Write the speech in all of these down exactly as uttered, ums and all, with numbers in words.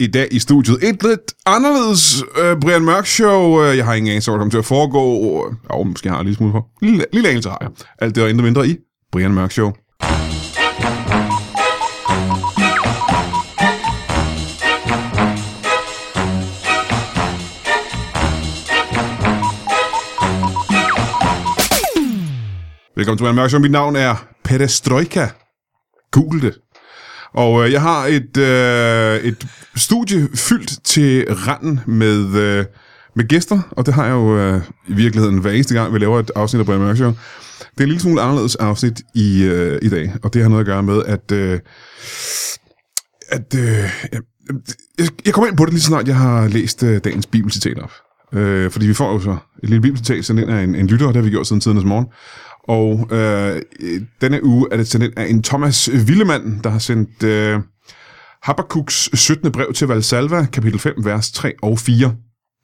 i dag i studiet. Et lidt anderledes øh, Brian Mørk Show. Jeg har ingen anelse, hvor det kommer til at foregå. Jo, måske har jeg lige smule på. Lille, lille anelse har jeg. Alt det og intet mindre i Brian Mørk Show. Velkommen til Brian Mørk Show. Mit navn er Perestroika. Google det. Og øh, jeg har et, øh, et studie fyldt til randen med, øh, med gæster, og det har jeg jo øh, i virkeligheden hver eneste gang, vi laver et afsnit af Brian Mørk Show. Det er en lille smule anderledes afsnit i, øh, i dag, og det har noget at gøre med, at, øh, at øh, jeg, jeg kommer ind på det lige snart, jeg har læst øh, dagens bibelcitat op. Øh, fordi vi får jo så et lille bibelcitat sendt ind af en, en lytter, og det har vi gjort siden tidernes morgen. Og øh, denne uge er det sendt ind af en Thomas Willemann, der har sendt øh, Habakuks syttende brev til Valsalva, kapitel fem, vers tre og fire.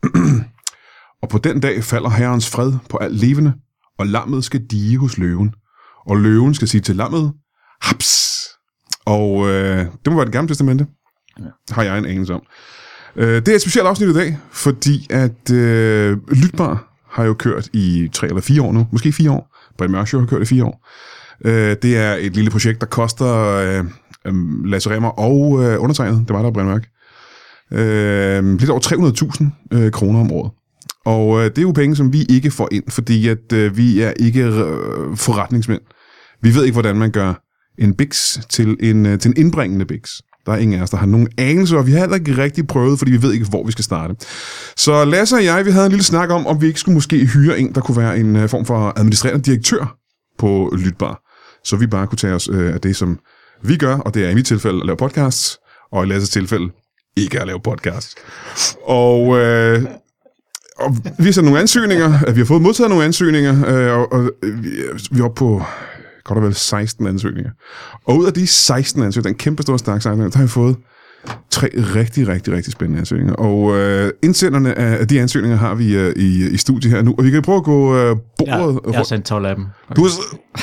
Og på den dag falder Herrens fred på alt levende, og lammet skal dige hos løven. Og løven skal sige til lammet, haps! Og øh, det må være det gamle testamente, ja. Har jeg en anelse om. Øh, det er et specielt afsnit i dag, fordi at øh, Lytbar har jo kørt i tre eller fire år nu, måske fire år. Brian Mørk Show har kørt i fire år. Øh, det er et lille projekt, der koster øh, øh, Lasse Remmer og øh, undertegnet, det var der Brian Mørk, øh, lidt over tre hundrede tusind øh, kroner om året. Og øh, det er jo penge, som vi ikke får ind, fordi at øh, vi er ikke øh, forretningsmænd. Vi ved ikke, hvordan man gør en biks til en, øh, til en indbringende biks. Der er ingen af os, der har nogen anelse, og vi har heller ikke rigtig prøvet, fordi vi ved ikke, hvor vi skal starte. Så Lasse og jeg, vi havde en lille snak om, om vi ikke skulle måske hyre en, der kunne være en uh, form for administrerende direktør på Lytbar. Så vi bare kunne tage os uh, af det, som vi gør, og det er i mit tilfælde at lave podcasts, og i Lasses tilfælde ikke at lave podcasts. Og, uh, og vi har sendt nogle ansøgninger, vi har fået modtaget nogle ansøgninger, uh, og, og vi er oppe på... godt og vel seksten ansøgninger. Og ud af de seksten ansøgninger, den kæmpe store stak seksten, der har vi fået tre rigtig, rigtig, rigtig spændende ansøgninger. Og øh, indsenderne af de ansøgninger har vi øh, i, i studiet her nu. Og vi kan prøve at gå øh, bordet ja, rundt. Jeg har sendt tolv af dem. Du har...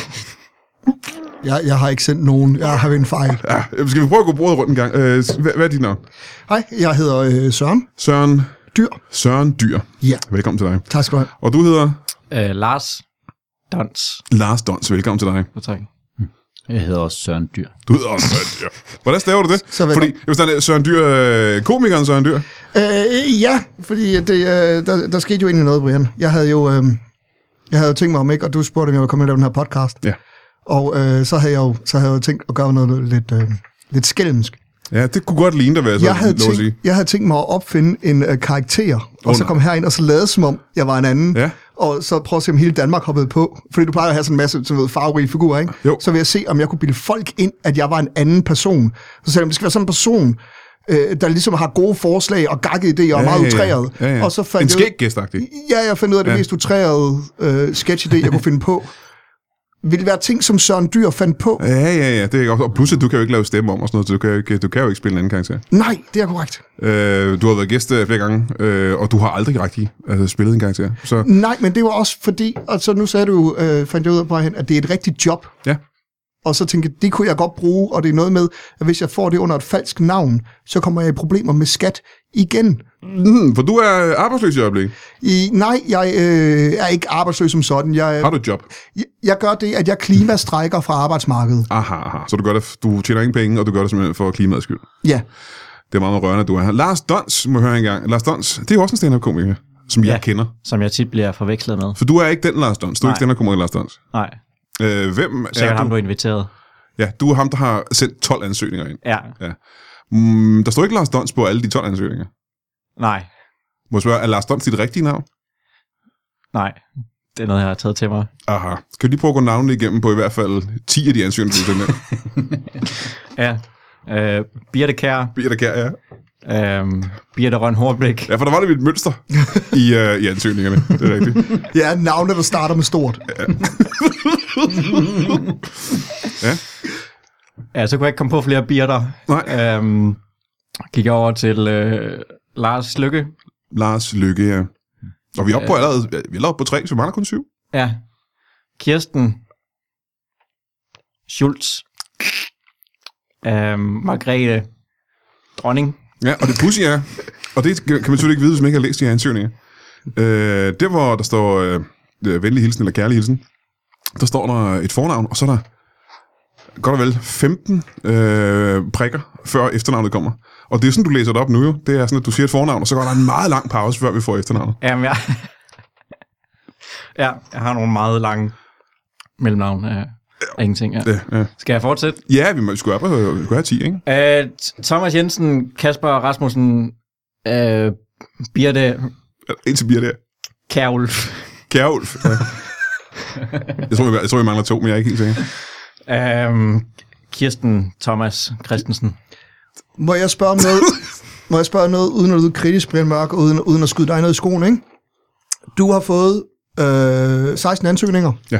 jeg, jeg har ikke sendt nogen. Jeg har en fejl. Ja, skal vi prøve at gå bordet rundt en gang? Øh, hvad, hvad er dit navn? Hej, jeg hedder øh, Søren. Søren Dyr. Søren Dyr. Ja. Velkommen til dig. Tak skal du have. Og du hedder? Øh, Lars Dons. Lars Dons, velkommen til dig. Tak. Jeg hedder også Søren Dyr. Du hedder også Søren Dyr. Hvordan staver du det? Så fordi, hvis der er Søren Dyr, øh, komikeren Søren Dyr? Øh, ja, fordi det, øh, der, der skete jo egentlig noget, Brian. Jeg havde jo, øh, jeg havde jo tænkt mig om ikke, og du spurgte, om jeg ville komme og lave den her podcast. Ja. Og øh, så havde jeg jo så havde jeg jo tænkt at gøre noget lidt, øh, lidt skælmsk. Ja, det kunne godt ligne dig, hvad jeg, jeg, havde så lov tænkt, jeg havde tænkt mig at opfinde en øh, karakter, og oh, så komme herind og så lade som om, jeg var en anden. Ja. Og så prøve at se, om hele Danmark hoppede på. Fordi du plejer at have sådan en masse sådan noget, farverige figurer, ikke? Jo. Så vil jeg se, om jeg kunne bilde folk ind, at jeg var en anden person. Så sagde jeg, det skal være sådan en person, øh, der ligesom har gode forslag og gakke idéer og ja, meget ja, utræret. Ja, ja. Og så fandt en skæggæstagtig. Ja, jeg fandt ud af det ja. mest utrærede øh, sketch-idé, jeg kunne finde på. Vil det være ting, som Søren Dyr fandt på? Ja, ja, ja. Det er også, og pludselig, du kan jo ikke lave stemme om og sådan noget, så du kan jo ikke, du kan jo ikke spille en anden karakter. Nej, det er korrekt. Øh, du har været gæst flere gange, øh, og du har aldrig rigtig altså, spillet en karakter. Så... Nej, men det var også fordi, og så nu sagde du, øh, fandt jeg ud af på hen, at det er et rigtigt job. Ja. Og så tænkte jeg, det kunne jeg godt bruge, og det er noget med, at hvis jeg får det under et falsk navn, så kommer jeg i problemer med skat igen. Mm, for du er arbejdsløs i øjeblikket? I, nej, jeg øh, er ikke arbejdsløs som sådan. Jeg, har du et job? Jeg, jeg gør det, at jeg klimastrækker fra arbejdsmarkedet. Aha, aha. Så du gør det, du tjener ingen penge, og du gør det simpelthen for klimaets skyld? Ja. Det er meget, meget rørende, at du er her. Lars Dons, må jeg høre en gang. Lars Dons, det er jo også en stand-up-komiker, som ja, jeg kender. Som jeg tit bliver forvekslet med. For du er ikke den Lars Dons. Du er nej. Ikke stand-up-komiker Lars Dons. Nej. Øh, hvem Sikkert er ham, du? du er inviteret. Ja, du er ham, der har sendt tolv ansøgninger ind. Ja. ja. Mm, der står ikke Lars Dons på alle de tolv ansøgninger. Nej. Må jeg spørge, er Lars Dons dit rigtige navn? Nej, det er noget, jeg har taget til mig. Aha. Skal vi lige prøve at gå navnene igennem på i hvert fald ti af de ansøgninger, du har Ja. Øh, Birte Kjær. Birte Kjær, ja. Øhm, Birte Røn Hårblik. Ja, for der var det et mønster i, uh, i ansøgningerne. Det er rigtigt. Ja, navne, der starter med stort. Ja. Ja. Ja, så kunne jeg ikke komme på flere Birter. Nej. Øhm, gik over til øh, Lars Lykke. Lars Lykke, ja. Og vi er oppe på allerede, vi er lavet på tre, så vi mangler kun syv. Ja. Kirsten Schultz. Øhm, Margrethe Dronning. Ja, og det pudsige er, og det kan man selvfølgelig ikke vide, hvis man ikke har læst de her ansøgninger. Øh, der, hvor der står øh, venlig hilsen eller kærlig hilsen, der står der et fornavn, og så er der godt og vel femten øh, prikker, før efternavnet kommer. Og det er sådan, du læser det op nu jo. Det er sådan, at du siger et fornavn, og så går der en meget lang pause, før vi får efternavnet. Jamen, jeg... ja, jeg har nogle meget lange mellemnavn af, af ingenting. Ja. Ja, ja. Skal jeg fortsætte? Ja, vi, må, vi skulle have, vi skulle have ti, ikke? Uh, Thomas Jensen, Kasper Rasmussen, uh, Birte Indtil bliver det. Kærulf. Kærulf. Ja. jeg, tror, jeg, jeg tror, vi mangler to, men jeg er ikke helt sikker. Uh, Kirsten Thomas Christensen. Må jeg spørge om noget, må jeg spørge noget uden at lyde kritisk, Brian Mørk, uden, uden at skyde dig noget i skoen, ikke? Du har fået øh, seksten ansøgninger. Ja.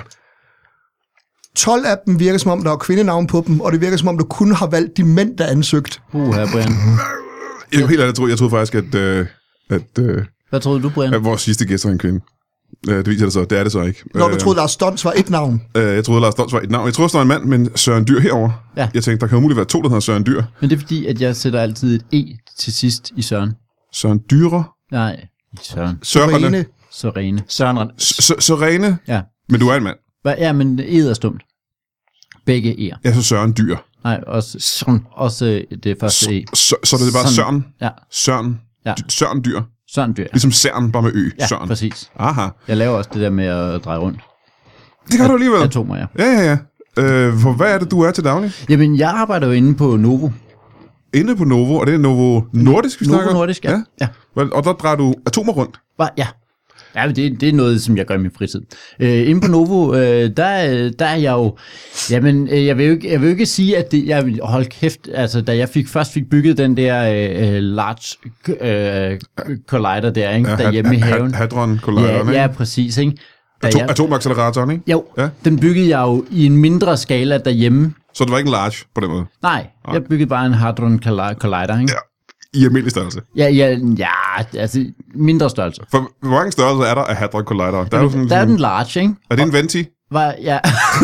tolv af dem virker som om, der er kvindenavn på dem, og det virker som om, du kun har valgt de mænd, der er ansøgt. Uh, her, Brian. Jeg, helt ærligt, jeg troede, jeg troede faktisk, at, øh, at, øh, Hvad troede du, Brian? at vores sidste gæst var en kvinde. Øh, det viser det så. Det er det så ikke. Når du troede, Lars Stons var et navn. Øh, jeg troede, Lars Stons var et navn. Jeg troede, der var en mand, men Søren Dyr herovre. Ja. Jeg tænkte, der kan jo muligt være to, der hedder Søren Dyr. Men det er fordi, at jeg sætter altid et E til sidst i Søren. Søren Dyre. Nej, i Søren. Sørene. Sørene. Søren. Sørene. Ja. Men du er en mand. Hva- Ja, men E'et er stumt. Begge E'er. Ja, så Søren Dyr. Nej, også, Søren. også det første E. Så, så det er bare Søren. Ja, Søren. Ja. Søren Dyr. Søren Dyr. Ligesom Søren, bare med ø. Ja, Søren. præcis. Aha. Jeg laver også det der med at dreje rundt. Det kan du alligevel. Atomer, ja. Ja, ja, ja. Øh, for hvad er det, du er til daglig? Jamen, jeg arbejder jo inde på Novo. Inde på Novo, og det er Novo Nordisk, vi Novo snakker om? Nordisk, ja. Ja. Vel, og der drejer du atomer rundt. Hva? Ja. Ja, men det, det er noget, som jeg gør i min fritid. Øh, inde på Novo, øh, der, der er jeg jo... Jamen, øh, jeg, vil jo ikke, jeg vil jo ikke sige, at det... Jeg vil holde kæft, altså, da jeg fik, først fik bygget den der øh, large øh, collider der, ikke? Ja, Derhjemme i haven. Hadron Collider, Ja, ja, præcis, ikke? Da Atom, jeg, atomacceleratoren, ikke? jo, Ja. den byggede jeg jo i en mindre skala derhjemme. Så det var ikke en large på den måde? Nej, jeg byggede bare en Hadron Collider, ikke? Ja. I almindelig størrelse. Ja, ja, ja, altså mindre størrelse. For hvor mange størrelser er der af Hadron Collider? Der er, jo sådan, Der er den large, ikke? er det en venti? Var, ja.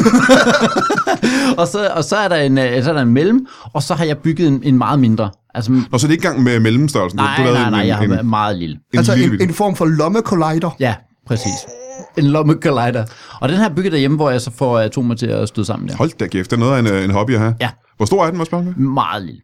og, så, og så er der en, øh, så er der en mellem, og så har jeg bygget en, en meget mindre. Altså, Og så er det ikke engang med mellemstørrelsen? nej, du, du nej, nej, en, jeg har en, været meget lille. en Altså lille en, en form for lommekollider. Ja, præcis. En lomme collider. Og den har jeg bygget derhjemme, hvor jeg så får atomer til at støde sammen der. Hold da kæft, det er noget af en, en hobby at have. Ja. Hvor stor er den, må jeg spørge med? Meget lille.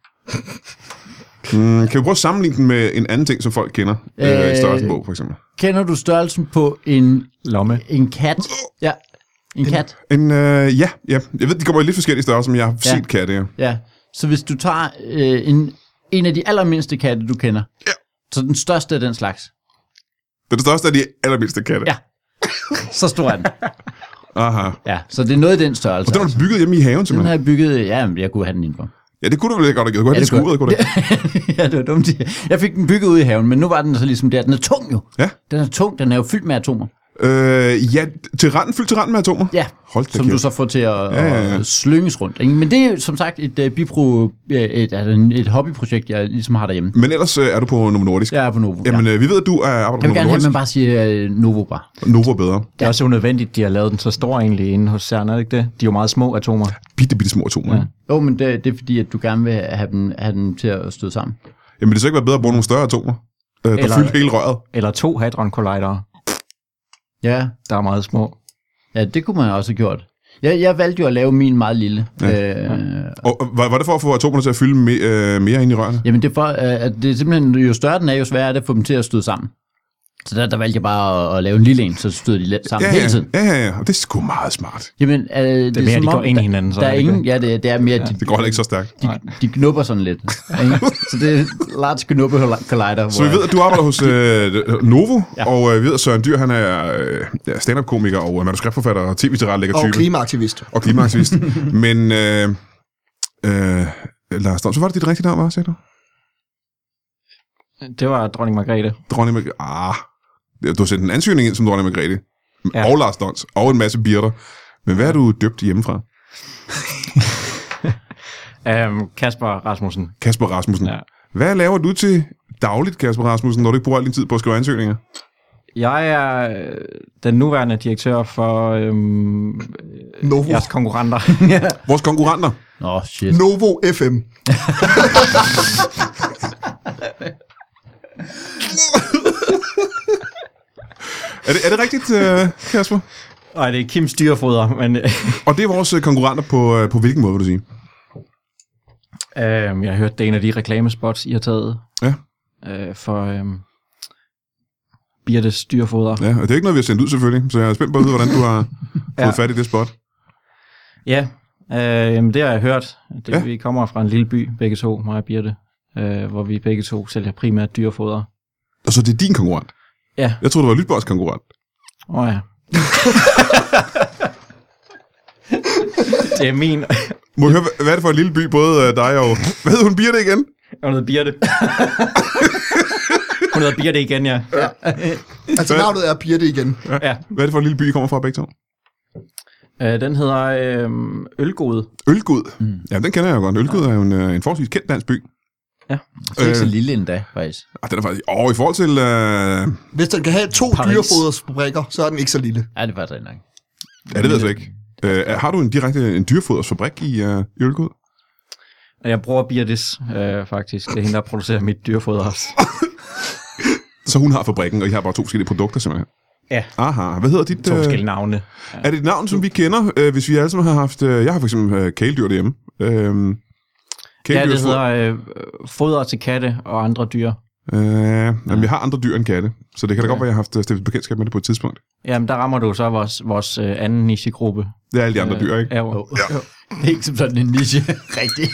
Mm, kan vi prøve at sammenligne den med en anden ting, som folk kender? Øh, Øh, størrelsen på, for eksempel. Kender du størrelsen på en, Lomme. en kat? Ja, en kat. En, øh, ja, ja, jeg ved, de kommer i lidt forskellige størrelser, men jeg har Ja. set katte, ja. Ja, så hvis du tager øh, en, en af de allermindste katte, du kender, Ja. så den største af den slags, Det er det største af de allermindste katte. Ja. så stor er den. Aha. Ja, så det er noget i den størrelse. Og den var du bygget hjemme i haven, Den simpelthen? har jeg bygget, ja, jeg kunne have den indenfor. Ja, det kunne du vel godt have givet. Du kunne have Ja, det det skuret, kunne kunne du? ja, det var dumt. Jeg fik den bygget ude i haven, men nu var den så ligesom der. Den er tung jo. Ja. Den er tung, den er jo fyldt med atomer. Øh, ja, til randen, fyldt til randen med atomer? Ja, Hold da som kæft. du så får til at, Ja, ja, ja. at slynges rundt. Ikke? Men det er jo som sagt et, uh, bipro, et, et, et hobbyprojekt, jeg ligesom har derhjemme. Men ellers øh, er du på Novo Nordisk. Jeg er på Novo. Jamen, ja. øh, vi ved, at du er arbejder Jeg på vil Novo gerne have, at Nordisk. man bare siger uh, Novo bare. Novo er bedre. Det er også unødvendigt, de har lavet den så stor egentlig inde hos CERN, er det ikke det? De er jo meget små atomer. Bitte, bitte små atomer. Ja. Ja. Jo, men det, det er fordi, at du gerne vil have dem, have dem til at støde sammen. Jamen, det så ikke være bedre at bruge nogle større atomer, øh, der Eller- fyldt hele røret. Eller to Hadron Collider, Ja, der er meget små. ja, det kunne man også have gjort. Jeg, jeg valgte jo at lave min meget lille. Ja. Øh, Og og var, var det for at få atomerne til at fylde me, øh, mere ind i rørene? Jamen det er for, øh, at det er simpelthen, jo større den er, jo sværere er det at få dem til at støde sammen. Så der, der valgte jeg bare at, at lave en lille en, så støder de let sammen Ja, hele ja, tiden. ja, ja, ja. Og det er sgu meget smart. Jamen, øh, det, Det er mere, som de om, går ind i der- hinanden, så Der er er det ingen, ikke ja, det, det er mere, de, Det går heller ikke så stærkt. de, de knupper sådan lidt. Ikke? Så det er large knuppe collider. Så vi ved, at du arbejder hos øh, Novo, Ja. og øh, vi ved, at Søren Dyr, han er øh, ja, stand-up-komiker og manuskriptforfatter og tv-tilrettelægger Og type. klimaaktivist. Og klimaaktivist. Men, øh, øh, Lars Dons, så var det dit rigtige navn, var, sagde du? Det var dronning Margrethe. Dronning Margrethe. Ah, du har sendt en ansøgning ind som Dronning Margrethe. Ja. Ja. Og Lars Dons, og en masse birter. Men hvad er du døbt hjemmefra? Um, Kasper Rasmussen. Kasper Rasmussen. Ja. Hvad laver du til dagligt, Kasper Rasmussen, når du ikke bruger al din tid på at skrive ansøgninger? Jeg er øh, den nuværende direktør for øhm, Novo. jeres konkurrenter. Vores konkurrenter. Nå, shit. Novo F M. er, det, er det rigtigt, uh, Kasper? Nej, det er Kims dyrefoder, men... Og det er vores konkurrenter på, uh, på hvilken måde, vil du sige? øhm, jeg har hørt, det er en af de reklamespots, I har taget. Ja. Øh, for øhm, Birtes dyrefoder. Ja, og det er ikke noget, vi har sendt ud selvfølgelig, så jeg er spændt på at vide, hvordan du har Ja. fået fat i det spot. Ja, øh, jamen, det har jeg hørt. Det, Ja. ja. Vi kommer fra en lille by, begge to, mig og Birte, øh, hvor vi begge to sælger primært dyrefoder. Og så det er din konkurrent? Ja. Jeg troede, det var Lytborgs konkurrent. Åh oh, ja. Det er min... Må jeg høre, hvad er det for en lille by, både dig og... Hvad hedder hun, Birte igen? Hun hedder Birte. Hun hedder Birte igen, ja. Ja. Altså Hvad? navnet er Birte igen. Ja. Ja. Hvad er det for en lille by, I kommer fra begge to? Øh, den hedder øh, Ølgod. Ølgud. Mm. Ja, den kender jeg jo godt. Ølgud er jo en, øh, en forholdsvis kendt dansk by. Ja. Det er ikke så lille endda, faktisk. Ah, den er faktisk... Åh, i forhold til... Øh... Hvis den kan have to Paris. dyrefodersfabrikker, så er den ikke så lille. Ja, det er faktisk rigtig nok. Ja, det ved jeg så ikke. Øh, har du en direkte en dyrefodersfabrik i øh, Ølgud? Jeg bruger Birtes, øh, faktisk. Det er hende, der producerer mit dyrefoder også. Så hun har fabrikken, og I har bare to forskellige produkter, simpelthen? Ja. Aha. Hvad hedder dit... To Øh... forskellige navne. Er det et navn, som vi kender, øh, hvis vi alle sammen har haft... Øh, jeg har for eksempel øh, kæledyr derhjemme. Øh, Ja, det kæledyrsfoder. hedder øh, foder til katte og andre dyr. Øh, jamen, jeg har andre dyr end katte, så det kan da godt være, jeg har haft øh, stiftet bekendtskab med det på et tidspunkt. Jamen, der rammer du så vores, vores øh, anden nichegruppe. Det er alle de andre dyr, ikke? Ja, jo. Ja. Det er ikke som sådan en niche, rigtigt.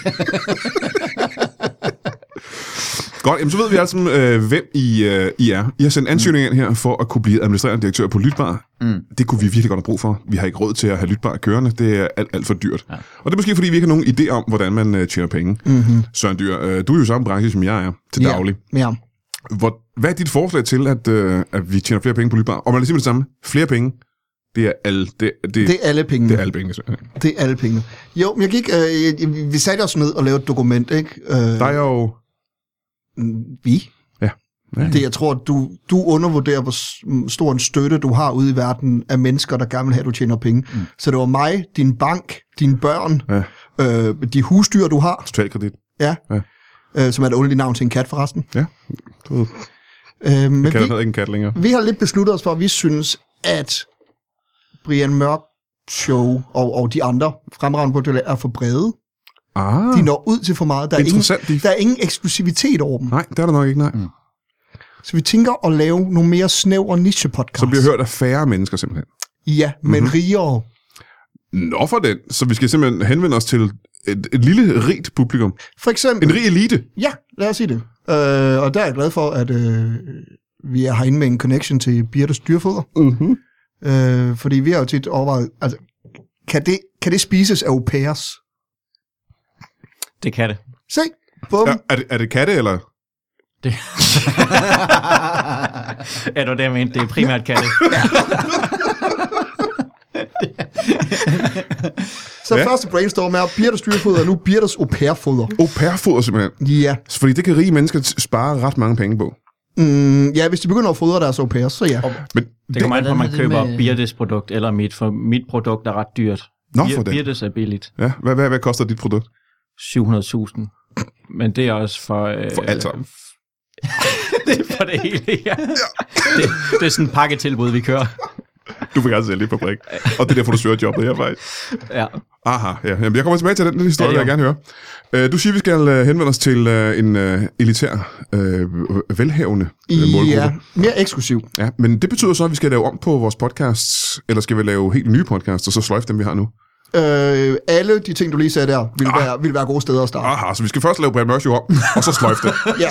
Godt, jamen, så ved vi altså, øh, hvem I, øh, I er. I har sendt ansøgning ind her for at kunne blive administrerende direktør på Lytbar. Mm. Det kunne vi virkelig godt have brug for. Vi har ikke råd til at have Lytbar kørende. Det er alt, alt for dyrt. Ja. Og det er måske, fordi vi ikke har nogen idé om, hvordan man øh, tjener penge. Mm-hmm. Søren Dyr, øh, du er jo samme branche, som jeg er til daglig. Ja. Hvor, hvad er dit forslag til, at, øh, at vi tjener flere penge på Lytbar? Og man er simpelthen det samme. Flere penge. Det er alle, det, det, Det er alle pengene. det er alle penge. Ja. Det er alle pengene. Jo, men jeg gik... Øh, jeg, vi satte os ned og lavede et dokument, ikke? Øh, Der er jo... Vi? Ja. Ja. Det, jeg tror, du, du undervurderer, hvor s- stor en støtte du har ude i verden af mennesker, der gerne vil have, at du tjener penge. Mm. Så det var mig, din bank, dine børn, Ja. øh, de husdyr, du har, Totalkredit. ja, Ja. Øh, som er et underligt navn til en kat forresten. Ja. Du ved, Øh, men katten vi, hedder ikke en kat længere. vi har lidt besluttet os for, at vi synes, at Brian Mørk Show og, og de andre fremragende produkter er for brede. Ah, De når ud til for meget. Der er, ingen, interessant. De... der er ingen eksklusivitet over dem. Nej, det er der nok ikke, nej. Mm. Så vi tænker at lave nogle mere snævre niche-podcasts. Som bliver hørt af færre mennesker, simpelthen. Ja, men Mhm. mm-hmm. rigere. Nå for den. Så vi skal simpelthen henvende os til et, et lille, rigt publikum. For eksempel... En rig elite. Ja, lad os sige det. Øh, og der er jeg glad for, at øh, vi er herinde med en connection til Birtes dyrefoder. Mm-hmm. Øh, fordi vi har jo tit overvejet, altså, kan det, kan det spises af au pairs? Det kan det. Se, bum. Ja, er, det, er det katte, eller? det. Ja, det var det, jeg mente. Det er primært katte. Så Ja. første brainstorm er Birtes dyrefoder, og nu Birtes au pair-foder. Au pair-foder, simpelthen. Ja. Fordi det kan rige mennesker t- spare ret mange penge på. Mm, ja, hvis de begynder at fodre deres au pairs, så ja. Men Det kommer an på, om man Hvordan er det køber med- Birtes produkt eller mit, for mit produkt er ret dyrt. Nå, Bir- for det. Birtes er billigt. Ja, hvad, hvad, hvad koster dit produkt? syv hundrede tusind. Men det er også for... Øh, For alt sammen. det er for det hele, ja. Det, det er sådan en pakketilbud, vi kører. Du vil gerne sælge det på fabrik. Og det er derfor, du søger jobbet her, faktisk. Ja. Aha, ja. Jamen, jeg kommer tilbage til den historie, Ja, ja, det jeg gerne høre. Uh, du siger, vi skal uh, henvende os til uh, en uh, elitær, uh, velhavende uh, målgruppe. Ja, mere eksklusiv. Ja, men det betyder så, at vi skal lave om på vores podcasts, eller skal vi lave helt nye podcasts, og så sløjfe dem, vi har nu? Øh, alle de ting, du lige sagde der, vil, ah. være, vil være gode steder at starte. Aha, så vi skal først lave Brian Mørk Show om, og så sløjfe det. Ja.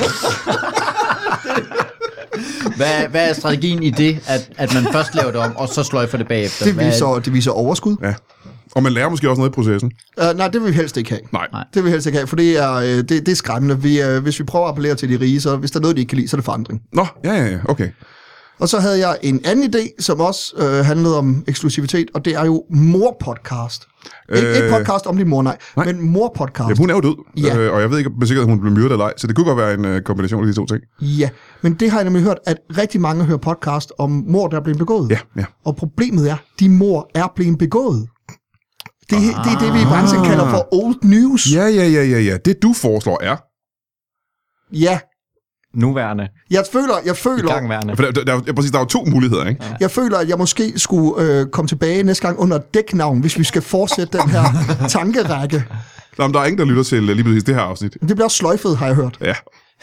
Hvad, hvad er strategien i det, at, at man først laver det om, og så sløjfer det bagefter? Det Hvad er- viser, det viser overskud. Ja. Og man lærer måske også noget i processen. Uh, nej, det vil vi helst ikke have. Nej. Nej. Det vil vi helst ikke have, for det er, øh, det, det er skræmmende. Vi, uh, hvis vi prøver at appellere til de rige, så hvis der er noget, de ikke kan lide, så er det forandring. Nå, ja, ja, ja, okay. Og så havde jeg en anden idé, som også øh, handlede om eksklusivitet, og det er jo mor-podcast. Øh, ikke, ikke podcast om din mor, nej, nej. men mor-podcast. Jamen, hun er jo død, Ja. øh, og jeg ved ikke med sikkerhed, om hun blev myrdet eller ej, så det kunne godt være en øh, kombination af de to ting. Ja, men det har jeg nemlig hørt, at rigtig mange hører podcast om mor, der er blevet begået. Ja, ja. Og problemet er, de mor er blevet begået. Det, ah. det er det, vi i branchen kalder for old news. Ja, ja, ja, ja, ja. Det du foreslår er... Ja, nuværende, Jeg føler, jeg føler, igangværende. For der, der, der, præcis, der er jo to muligheder, ikke? jeg føler, at jeg måske skulle øh, komme tilbage næste gang under et dæknavn, hvis vi skal fortsætte den her tankerække. Nå, men der er ingen, der lytter til lige præcis det her afsnit. Det bliver også sløjfet, har jeg hørt. Ja.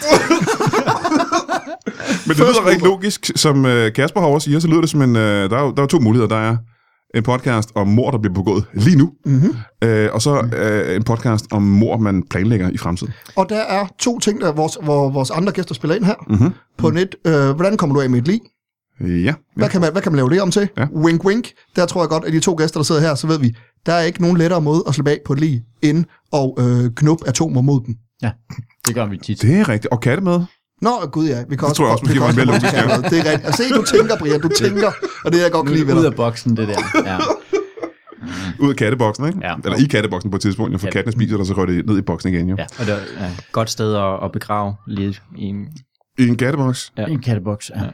Men det lyder rigtig logisk, som øh, Kasper herovre siger, så lyder det som en, øh, der, er jo, der er to muligheder. Der er en podcast om mord, der bliver begået lige nu, mm-hmm. øh, og så øh, en podcast om mord, man planlægger i fremtiden. Og der er to ting, der vores, hvor vores andre gæster spiller ind her. Mm-hmm. På net, øh, hvordan kommer du af med et lig? Ja. Hvad kan man, hvad kan man lave det om til? Ja. Wink, wink. Der tror jeg godt, at de to gæster, der sidder her, så ved vi, der er ikke nogen lettere måde at slippe af på et lig, end og øh, knuppe atomer mod dem. Ja, det gør vi tit. Det er rigtigt. Og katte med. Nå, gud ja. Vi kan Det tror jeg også, måske var mere logisk, ja. Det er rigtigt. Altså, se, du tænker, Brian, du tænker, og det er jeg godt kan lide ved Ud dig. af boksen, det der. Ja. Ud af katteboksen, ikke? Ja. Eller i katteboksen på et tidspunkt, for Ja. kattene spiser det, og så rører det ned i boksen igen, jo. Ja. Og det er et godt sted at, at begrave lige i en... I en katteboks. Ja. En katteboks, ja.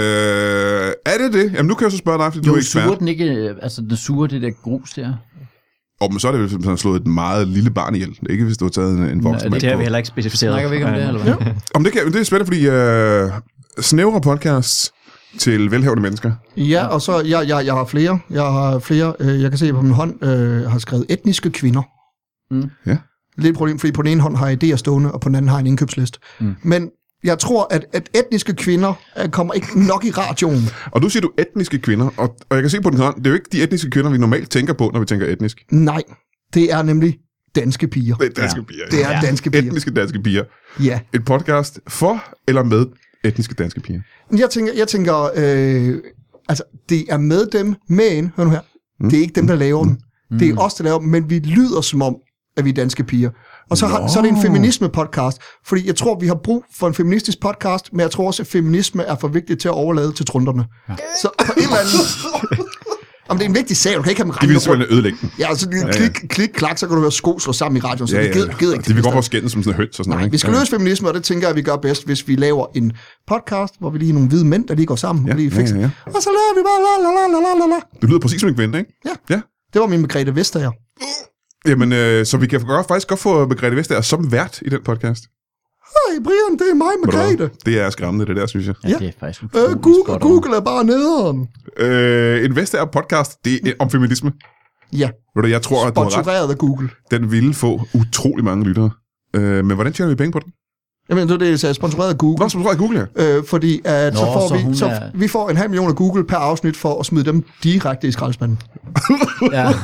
Øh, er det det? Jamen, nu kan jeg så spørge dig, fordi du Jo, er ekspert. suger den ikke, øh, altså den suger det der grus der. Og men så er det jo sådan slået et meget lille barn ihjel. Ikke hvis du har taget en, en voksen. Nå, Det har vi heller ikke specificeret. Snakker vi ikke om det, eller hvad? Om det, kan, det er spændende, fordi øh, snævre podcasts til velhavende mennesker. Ja, og så, jeg, jeg, jeg har flere. Jeg har flere, øh, jeg kan se på min hånd, øh, har skrevet etniske kvinder. Mm. Ja. Lidt problem, fordi på den ene hånd har jeg idéer stående, og på den anden har jeg en indkøbsliste. Mm. Men jeg tror, at, at etniske kvinder øh, kommer ikke nok i radioen. Og du siger du etniske kvinder, og, og jeg kan se på den hånd, det er jo ikke de etniske kvinder, vi normalt tænker på, når vi tænker etnisk. Nej, det er nemlig danske piger. Det er danske Ja. piger. Det er Ja. danske piger. Etniske danske piger. Ja. Et podcast for eller med etniske danske piger. Jeg tænker, jeg tænker øh, altså, det er med dem, men, hør nu her, mm. det er ikke dem, der laver den. Mm. Det er os, der laver dem, men vi lyder som om, at vi er danske piger. Og så, har, så er det en feminisme-podcast, fordi jeg tror, vi har brug for en feministisk podcast, men jeg tror også, at feminisme er for vigtigt til at overlade til trunderne. Ja. Så på en eller anden... Om det er en vigtig sag, du kan ikke have dem De regne vil rundt. simpelthen ødelægge den. Ja, altså ja. klik, klik, klak, så kan du høre sko slå sammen i radioen, så Ja, vi ja, gider, ja. gider ikke. De vil godt få skændes som sådan en højt. Så sådan Nej, noget, vi skal ikke? løse feminisme, og det tænker jeg, vi gør bedst, hvis vi laver en podcast, hvor vi lige er nogle hvide mænd, der lige går sammen Ja, og lige ja, fikser. ja, ja. Og så laver vi bare la la la la la la. Du lyder præcis som en kvinde, ikke? Ja. Ja. Det var min Margrethe Vestager. Jamen, øh, så vi kan godt, faktisk godt få Margrethe Vestager som vært i den podcast. Hej Brian, det er mig, Ved du hvad? Margrethe. Det er skræmmende, det der, synes jeg. Ja, Ja. det er faktisk Øh, utroligt Google, spot on. Google er bare nederen. Øh, en Vestager podcast, det er om feminisme. Ja, Ved du, jeg tror, at du har ret. sponsoreret af Google. Den ville få utrolig mange lyttere. Øh, men hvordan tjener vi penge på den? Jamen, det er det, jeg sagde, sponsoreret af Google. Nå, som du tror, jeg Google, ja. Øh, fordi at Nå, så får så vi, hun så er- vi får en halv million af Google per afsnit for at smide dem direkte i skraldespanden. Ja.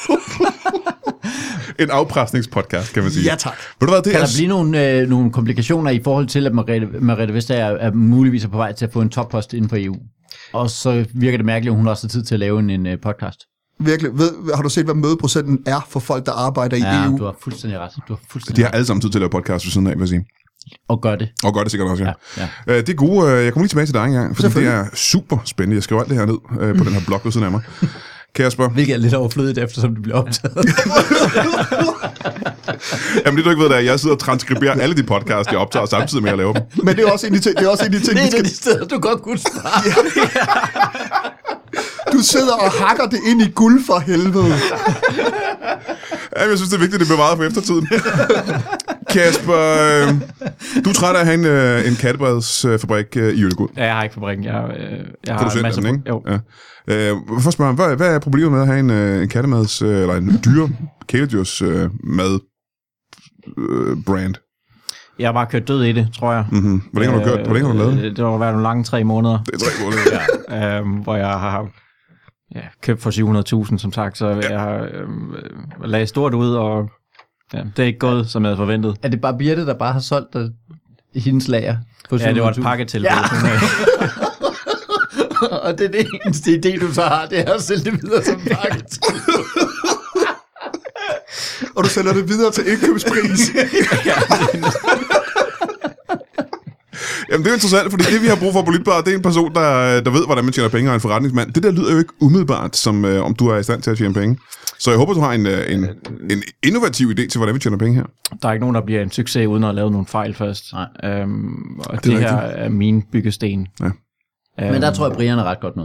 En afpresningspodcast, kan man sige. Ja, tak. Ved du hvad, det Kan er... der blive nogle, øh, nogle komplikationer i forhold til, at Margrethe, Margrethe Vestager er, er muligvis er på vej til at få en toppost inden for E U? Og så virker det mærkeligt, at hun også har tid til at lave en, en uh, podcast. Virkelig. Ved, har du set, hvad mødeprocenten er for folk, der arbejder i Ja, E U? du har fuldstændig ret. Du har fuldstændig De har ret. alle sammen tid til at lave podcast ved siden af, vil jeg sige. Og gør det. Og gør det sikkert også, ja. Ja, ja. Øh, det er gode. øh, Jeg kommer lige tilbage til dig engang, for det Selvfølgelig. er super spændende. Jeg skriver alt det her ned øh, på den her blog ved siden af mig. Kasper, Hvilket er lidt overflødigt, eftersom det bliver optaget. jamen det du ikke ved, det er, at jeg sidder og transkriberer alle de podcasts, jeg optager samtidig med at lave dem. Men det er også en af de ting, det er også en af de ting, Det vi er et skal... af de steder, du godt kunne spare. Du sidder og hakker det ind i guld for helvede. Jamen, jeg synes, det er vigtigt, at det bevarer for eftertiden. Kasper, øh, du er træt af at have en, øh, en kattebredsfabrik øh, i Øllegod. Ja, jeg har ikke fabrikken. Jeg, øh, jeg har Producent masser den, ikke? Jo. Ja. Øh, hvorfor spørger man, hvad, hvad er problemet med at have en, øh, en kattemads, øh, eller en dyre kæledyrs øh, mad øh, brand? Jeg har bare kørt død i det, tror jeg. Mm-hmm. Hvor længe har du kørt? Hvor længe har du lavet? Øh, Det har været nogle lange tre måneder, Det er tre måneder. ja, øhm, hvor jeg har ja, købt for syv hundrede tusind, som sagt. Så jeg har øhm, lagt stort ud, og ja, det er ikke gået, som jeg havde forventet. Er det bare Birte, der bare har solgt dig hendes lager? På Ja, det var et syv hundrede tusind? pakketilbud. Ja. Og det er det eneste idé, du så har, det er at sælge det videre som pakket. Og du sælger det videre til indkøbspris. Jamen, det er jo interessant, fordi det, vi har brug for på Lytbar, det er en person, der, der ved, hvordan man tjener penge, og en forretningsmand. Det der lyder jo ikke umiddelbart, som øh, om du er i stand til at tjene penge. Så jeg håber, du har en, øh, en, en innovativ idé til, hvordan vi tjener penge her. Der er ikke nogen, der bliver en succes, uden at lave nogle fejl først. Nej. Øhm, og Det det, er det her rigtigt. er min byggesten. Ja. Øhm, Men der tror jeg, Brian er ret godt med.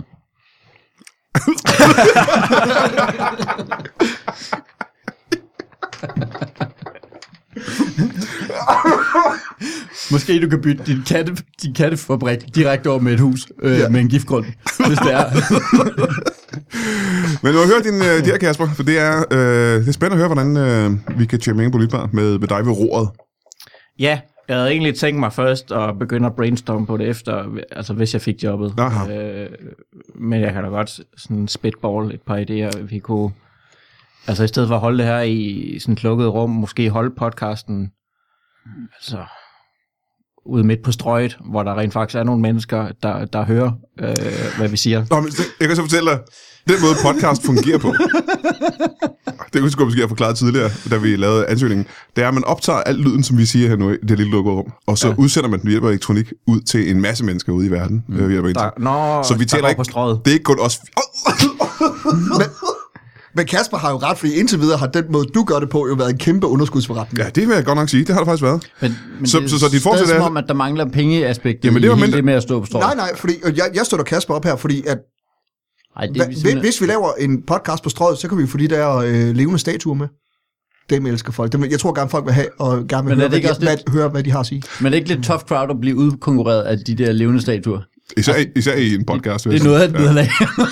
Måske du kan bytte din, katte, din kattefabrik direkte over med et hus øh, ja. med en giftgrund, hvis det er. Men du har hørt din uh, der, Kasper, for det er, uh, det er spændende at høre, hvordan uh, vi kan tjene penge på Lytbar med, med dig ved roret. Ja, jeg havde egentlig tænkt mig først at begynde at brainstorme på det efter, altså hvis jeg fik jobbet. Øh, men jeg kan da godt sådan spitball et par idéer, vi kunne... Altså i stedet for at holde det her i sådan et lukket rum, måske holde podcasten altså ude midt på strøget, hvor der rent faktisk er nogle mennesker, der, der hører, øh, hvad vi siger. Nå, men jeg kan så fortælle dig, den måde podcast fungerer på, det kunne jeg måske have forklaret tidligere, da vi lavede ansøgningen, det er, at man optager al lyden, som vi siger her nu i det lille lukkede rum, og så ja. udsender man den ved hjælp af elektronik ud til en masse mennesker ude i verden. Mm. Øh, der, nå, så vi taler ikke på strøget. Det er ikke kun os. men, men Kasper har jo ret, fordi indtil videre har den måde, du gør det på, jo været en kæmpe underskudsforretning. Ja, det vil jeg godt nok sige. Det har det faktisk været. Men, men så, det er så, så dit stadig som er... om, at der mangler pengeaspektet Jamen, det var i hele mindre... det med at stå på strøget. Nej, nej, fordi jeg, jeg støtter Kasper op her, fordi at Ej, det hva, vi simpelthen... hvis vi laver en podcast på strøget, så kan vi få de der øh, levende statuer med. Dem elsker folk. Dem, jeg tror gerne folk vil have, og gerne vil høre hvad, de, lidt... hvad, høre, hvad de har at sige. Men det er ikke lidt tough crowd at blive udkonkurreret af de der levende statuer? Især, især i en podcast. Det er noget af et nederlag.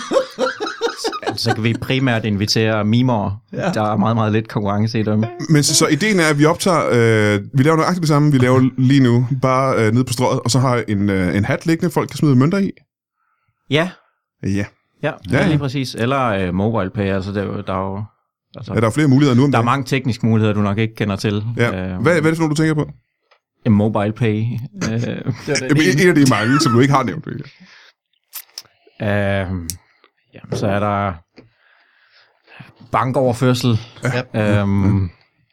Så kan vi primært invitere mimer. Ja. Der er meget, meget lidt konkurrence i dem. Men så, så ideen er, at vi optager, øh, vi laver nøjagtigt det samme, vi laver lige nu, bare øh, nede på strøget, og så har en, øh, en hat liggende, folk kan smide mønter i. Ja. Ja. Ja, ja, lige præcis. Eller øh, mobile pay, altså der, der er jo... Altså, ja, der er flere muligheder nu om Der dagen. er mange tekniske muligheder, du nok ikke kender til. Ja. Hvad, hvad er det for noget, du tænker på? En mobile pay. øh, det Jamen, en af de mange, som du ikke har nævnt. Ikke? Øh, jamen, så er der bankoverførsel. Ja. Øhm,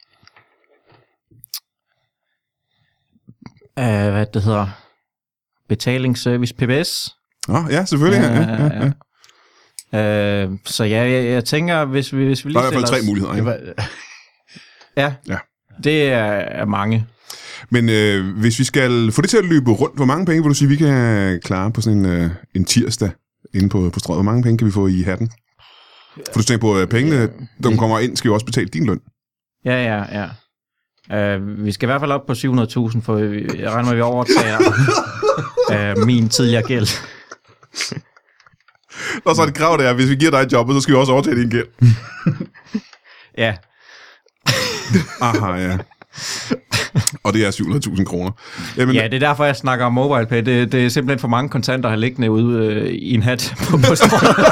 øh, hvad det hedder? Betalingsservice, P B S. Oh, ja, selvfølgelig. Øh, ja, ja, ja. Øh, så ja, jeg, jeg tænker, hvis vi, hvis vi lige der er i hvert fald tre muligheder. Ikke? Ja, ja, det er, er mange. Men øh, hvis vi skal få det til at løbe rundt, hvor mange penge vil du sige, vi kan klare på sådan en, øh, en tirsdag inde på, på strøget? Hvor mange penge kan vi få i hatten? For du tænker på, at pengene, der kommer ind, skal jo også betale din løn. Ja, ja, ja. Uh, vi skal i hvert fald op på syv hundrede tusind, for jeg regner med, at vi overtager uh, min tidligere gæld. Og så er det krav, der, hvis vi giver dig et job, så skal vi også overtage din gæld. Ja. Aha, ja. Og det er syv hundrede tusind kroner. Jamen, ja, det er derfor, jeg snakker om mobile pay. Det, det er simpelthen for mange kontanter at have liggende ude øh, i en hat på, på strøget.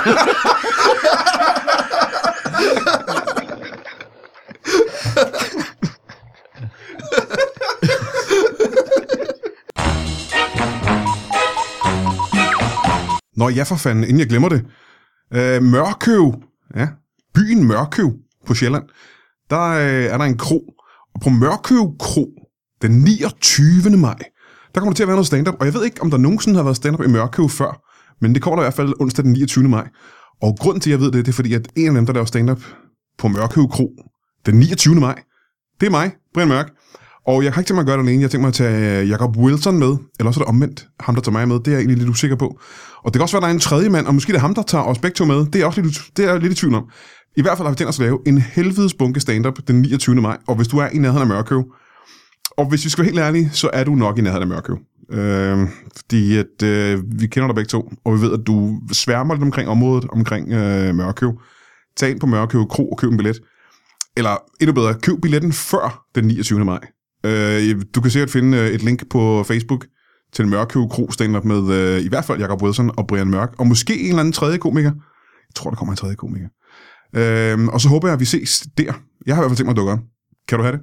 Nå ja, for fanden, inden jeg glemmer det. Øh, Mørkøv, ja, byen Mørkøv på Sjælland, der øh, er der en kro. Og på Mørkøv Kro, den niogtyvende maj, der kommer der til at være noget stand-up. Og jeg ved ikke, om der nogensinde har været stand-up i Mørkøv før, men det kommer der i hvert fald onsdag den niogtyvende maj. Og grunden til, at jeg ved det, det er fordi, at en af dem, der laver stand-up på Mørkøv Kro, den niogtyvende maj, det er mig, Brian Mørk. Og jeg har ikke tænkt mig at gøre det alene. Jeg har tænkt mig at tage Jacob Wilson med, eller også er det omvendt, ham der tager mig med. Det er jeg egentlig lidt usikker på. Og det kan også være, at der er en tredje mand, og måske det er ham, der tager os begge to med. Det er jeg også lidt, det er jeg lidt i tvivl om. I hvert fald har vi tænkt os at lave en helvedes bunke stand-up den niogtyvende maj, og hvis du er i nærheden af Mørkøv, og hvis vi skal være helt ærlige, så er du nok i nærheden af Mørkøv. Øh, fordi at, øh, vi kender dig begge to, og vi ved, at du sværmer lidt omkring området, omkring øh, Mørkøv. Tag ind på Mørkøv Kro og køb en billet. Eller endnu bedre, køb billetten før den niogtyvende maj. Øh, du kan sikkert finde øh, et link på Facebook til Mørkøv Kro stand-up med øh, i hvert fald Jacob Wilson og Brian Mørk, og måske en eller anden tredje komiker. Jeg tror, der kommer en tredje komiker. Øh, og så håber jeg, at vi ses der. Jeg har i hvert fald tænkt mig at dukke op. Kan du have det?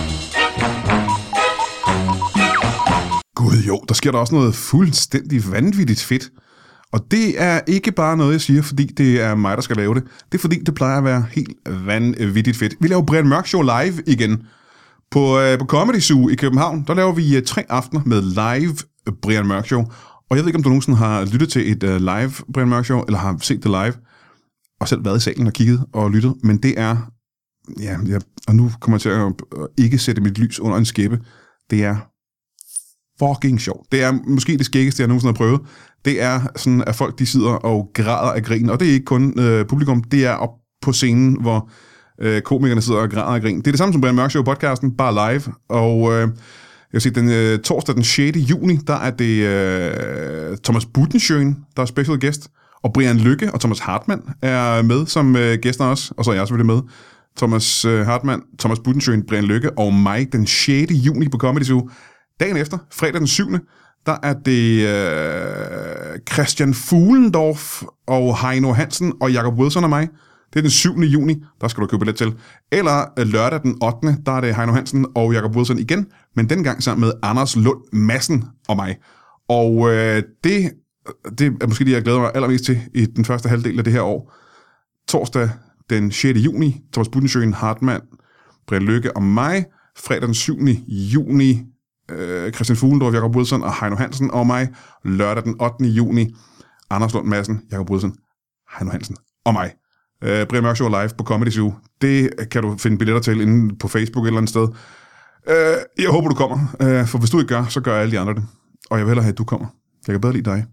Gud jo, der sker der også noget fuldstændig vanvittigt fedt. Og det er ikke bare noget, jeg siger, fordi det er mig, der skal lave det. Det er fordi, det plejer at være helt vanvittigt fedt. Vi laver Brian Mørk Show live igen. På, øh, på Comedy Zoo i København, der laver vi øh, tre aftener med live Brian Mørk Show. Og jeg ved ikke, om du nogensinde har lyttet til et øh, live Brian Mørk Show, eller har set det live, og selv været i salen og kigget og lyttet. Men det er, ja, jeg, og nu kommer jeg til at øh, ikke sætte mit lys under en skæppe. Det er fucking sjovt. Det er måske det skæggeste, jeg nogensinde har prøvet. Det er sådan, at folk de sidder og græder af grin. Og det er ikke kun øh, publikum, det er op på scenen, hvor øh, komikerne sidder og græder af grin. Det er det samme som Brian Mørk Show podcasten, bare live. Og øh, Jeg kan se, den øh, torsdag den sjette juni, der er det øh, Thomas Budensjøen, der er special guest, og Brian Lykke og Thomas Hartmann er med som øh, gæster også, og så er jeg selvfølgelig med. Thomas øh, Hartmann, Thomas Budensjøen, Brian Lykke og mig den sjette juni på Comedy Zoo. Dagen efter, fredag den syvende, der er det øh, Christian Fuglendorf og Heino Hansen og Jacob Wilson og mig. Det er den syvende juni, der skal du købe billet til. Eller øh, lørdag den ottende, der er det Heino Hansen og Jacob Wilson igen, men dengang sammen med Anders Lund Madsen og mig. Og øh, det, det er måske det, jeg glæder mig allermest til i den første halvdel af det her år. Torsdag den sjette juni, Thomas Budensjøen, Hartmann, Brian Lykke og mig. Fredag den syvende juni, øh, Christian Fuglendorf, Jacob Wilson og Heino Hansen og mig. Lørdag den ottende juni, Anders Lund Madsen, Jacob Wilson, Heino Hansen og mig. Uh, Brian Mørk Show live på Comedy Zoo. Det kan du finde billetter til inde på Facebook et eller andet sted. Uh, jeg håber, du kommer. Uh, for hvis du ikke gør, så gør alle de andre det. Og jeg vil hellere have, at du kommer. Jeg kan bedre lide dig.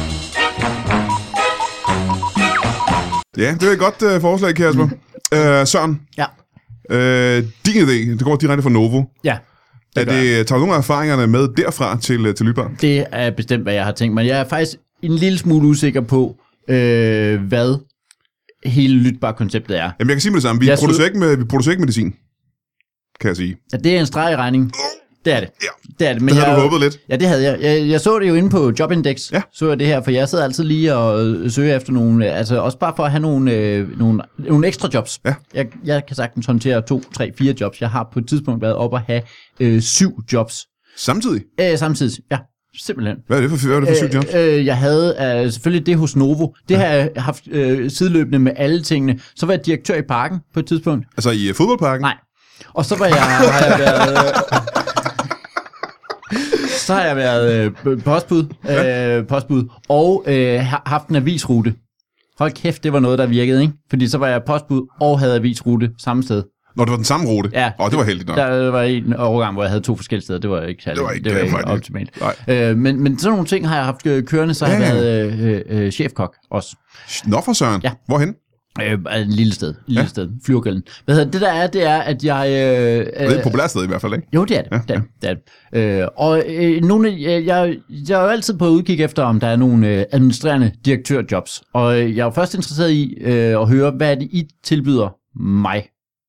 Ja, det er et godt uh, forslag, Kasper. Uh, Søren. Ja. Uh, din idé, det går direkte fra Novo. Ja. Det er det, tager du nogle af erfaringerne med derfra til, til Lytbar? Det er bestemt, hvad jeg har tænkt mig. Jeg er faktisk en lille smule usikker på, øh, hvad hele Lytbar-konceptet er. Jamen, jeg kan sige med det samme. Vi, producerer, ikke med, vi producerer ikke medicin, kan jeg sige. Ja, det er en streg i regning. Det er det. Ja. Det er det. Men det havde jeg, du håbet lidt. Ja, det havde jeg. jeg. Jeg så det jo inde på Jobindex. Ja. Så jeg det her, for jeg sidder altid lige og søger efter nogle, altså også bare for at have nogle, øh, nogle, nogle ekstra jobs. Ja. Jeg, jeg kan sagtens håndtere to, tre, fire jobs. Jeg har på et tidspunkt været op at have øh, syv jobs. Samtidig? Øh, samtidig, ja. Simpelthen. Hvad er det for, hvad er det for syv jobs? Øh, øh, jeg havde øh, selvfølgelig det hos Novo. Det ja. har jeg haft øh, sideløbende med alle tingene. Så var jeg direktør i Parken på et tidspunkt. Altså i uh, fodboldparken? Nej. Og så var jeg, har jeg været... Øh, så har jeg været øh, postbud, ja. øh, postbud og øh, har haft en avisrute. Hold kæft, det var noget, der virkede, ikke? Fordi så var jeg postbud og havde avisrute samme sted. Når det var den samme rute? Ja. Åh, det var heldigt nok. Der var en overgang, hvor jeg havde to forskellige steder. Det var ikke særlig, det var ikke, det var ikke det optimalt. Øh, men, men sådan nogle ting har jeg haft kørende, så har ja. jeg været øh, øh, chefkok også. Nå for søren. Ja. Hvorhen? Øh, en lille sted. En lille ja. sted. Flyvergælden. Hvad hedder det, der er, det er, at jeg... Øh, det er et populært sted i hvert fald, ikke? Jo, det er det. Ja, det, er, ja. det er det. Øh, og øh, nogle, jeg, jeg, jeg er jo altid på udkig efter, om der er nogle øh, administrerende direktørjobs. Og øh, jeg er jo først interesseret i øh, at høre, hvad er det, I tilbyder mig?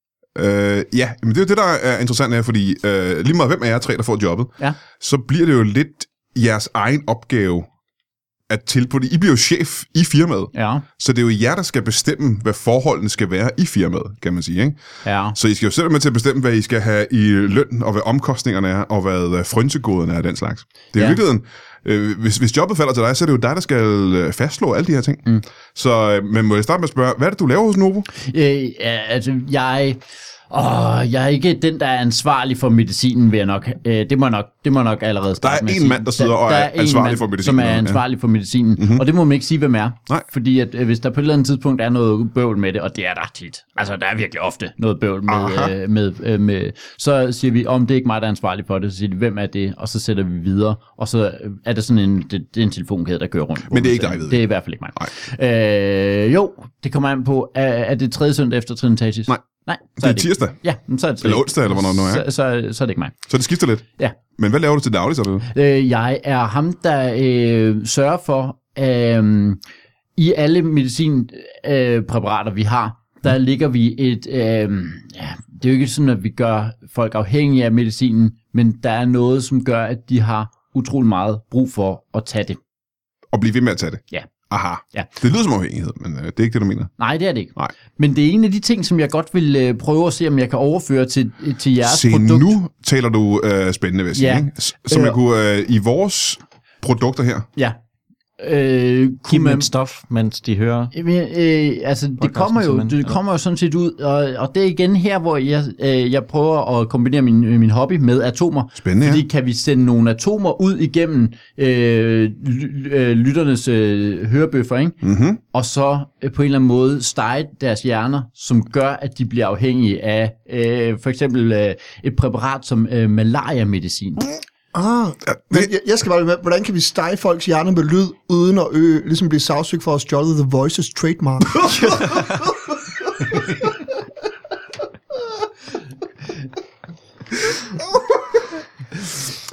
Øh, ja, men det er jo det, der er interessant her, fordi øh, lige meget hvem er jer tre, der får jobbet, ja. så bliver det jo lidt jeres egen opgave at tilbyde det. I bliver jo chef i firmaet, ja. så det er jo jer, der skal bestemme, hvad forholdene skal være i firmaet, kan man sige, ikke? Ja. Så I skal jo selv være med til at bestemme, hvad I skal have i løn, og hvad omkostningerne er, og hvad frynsegoderne er, den slags. Det er jo ja. virkeligheden. Øh, hvis, hvis jobbet falder til dig, så er det jo dig, der skal fastslå alle de her ting. Mm. Så men må jeg starte med at spørge, hvad er det, du laver hos Novo? Øh, ja, altså, jeg... Åh, jeg er ikke den, der er ansvarlig for medicinen, vil jeg nok. Øh, det, må nok det må nok allerede starte. Der er en mand, der sidder der, og er, er ansvarlig mand, for medicinen. Som er ansvarlig ja. for medicinen. Mm-hmm. Og det må man ikke sige, hvem er. Nej. Fordi at, øh, hvis der på et eller andet tidspunkt er noget bøvl med det, og det er der tit. Altså, der er virkelig ofte noget bøvl med, øh, med, øh, med... Så siger vi, om det er ikke mig, der er ansvarlig for det. Så siger de, hvem er det? Og så sætter vi videre. Og så er det sådan en, det, det er en telefonkæde, der kører rundt. Men det er ikke dig, ved det er i hvert fald ikke mig. Øh, jo, det kommer an på, er, er det tredje søndag efter Trinitatis? Nej. Nej, så det er det tirsdag? Ja, så er det eller onsdag, eller hvornår det nu er? Så, så, så er det ikke mig. Så det skifter lidt? Ja. Men hvad laver du til daglig, så det? Øh, jeg er ham, der øh, sørger for, øh, i alle medicinpræparater, øh, vi har, der ligger vi et... Øh, ja, det er jo ikke sådan, at vi gør folk afhængige af medicinen, men der er noget, som gør, at de har utrolig meget brug for at tage det. Og blive ved med at tage det? Ja. Aha. Ja. Det lyder som afhængighed, men øh, det er ikke det, du mener. Nej, det er det ikke. Nej. Men det er en af de ting, som jeg godt vil øh, prøve at se, om jeg kan overføre til, til jeres se, produkt. Se, nu taler du øh, spændende, vil jeg sige. Ja. Ikke? Som øh, jeg kunne øh, i vores produkter her. Ja. Øh, Giv dem et stof, mens de hører. Øh, øh, altså, det kommer jo, det kommer jo sådan set ud, og, og det er igen her, hvor jeg, øh, jeg prøver at kombinere min, min hobby med atomer. Spændende, fordi ja. Kan vi sende nogle atomer ud igennem øh, lytternes øh, hørebøffer, ikke? Mm-hmm. Og så øh, på en eller anden måde stege deres hjerner, som gør, at de bliver afhængige af øh, for eksempel øh, et præparat som øh, malaria-medicin. Ah, men jeg, jeg skal bare med, hvordan kan vi stege folks hjerner med lyd, uden at øge, ligesom blive sagsøgt for at stjåle The Voices trademark?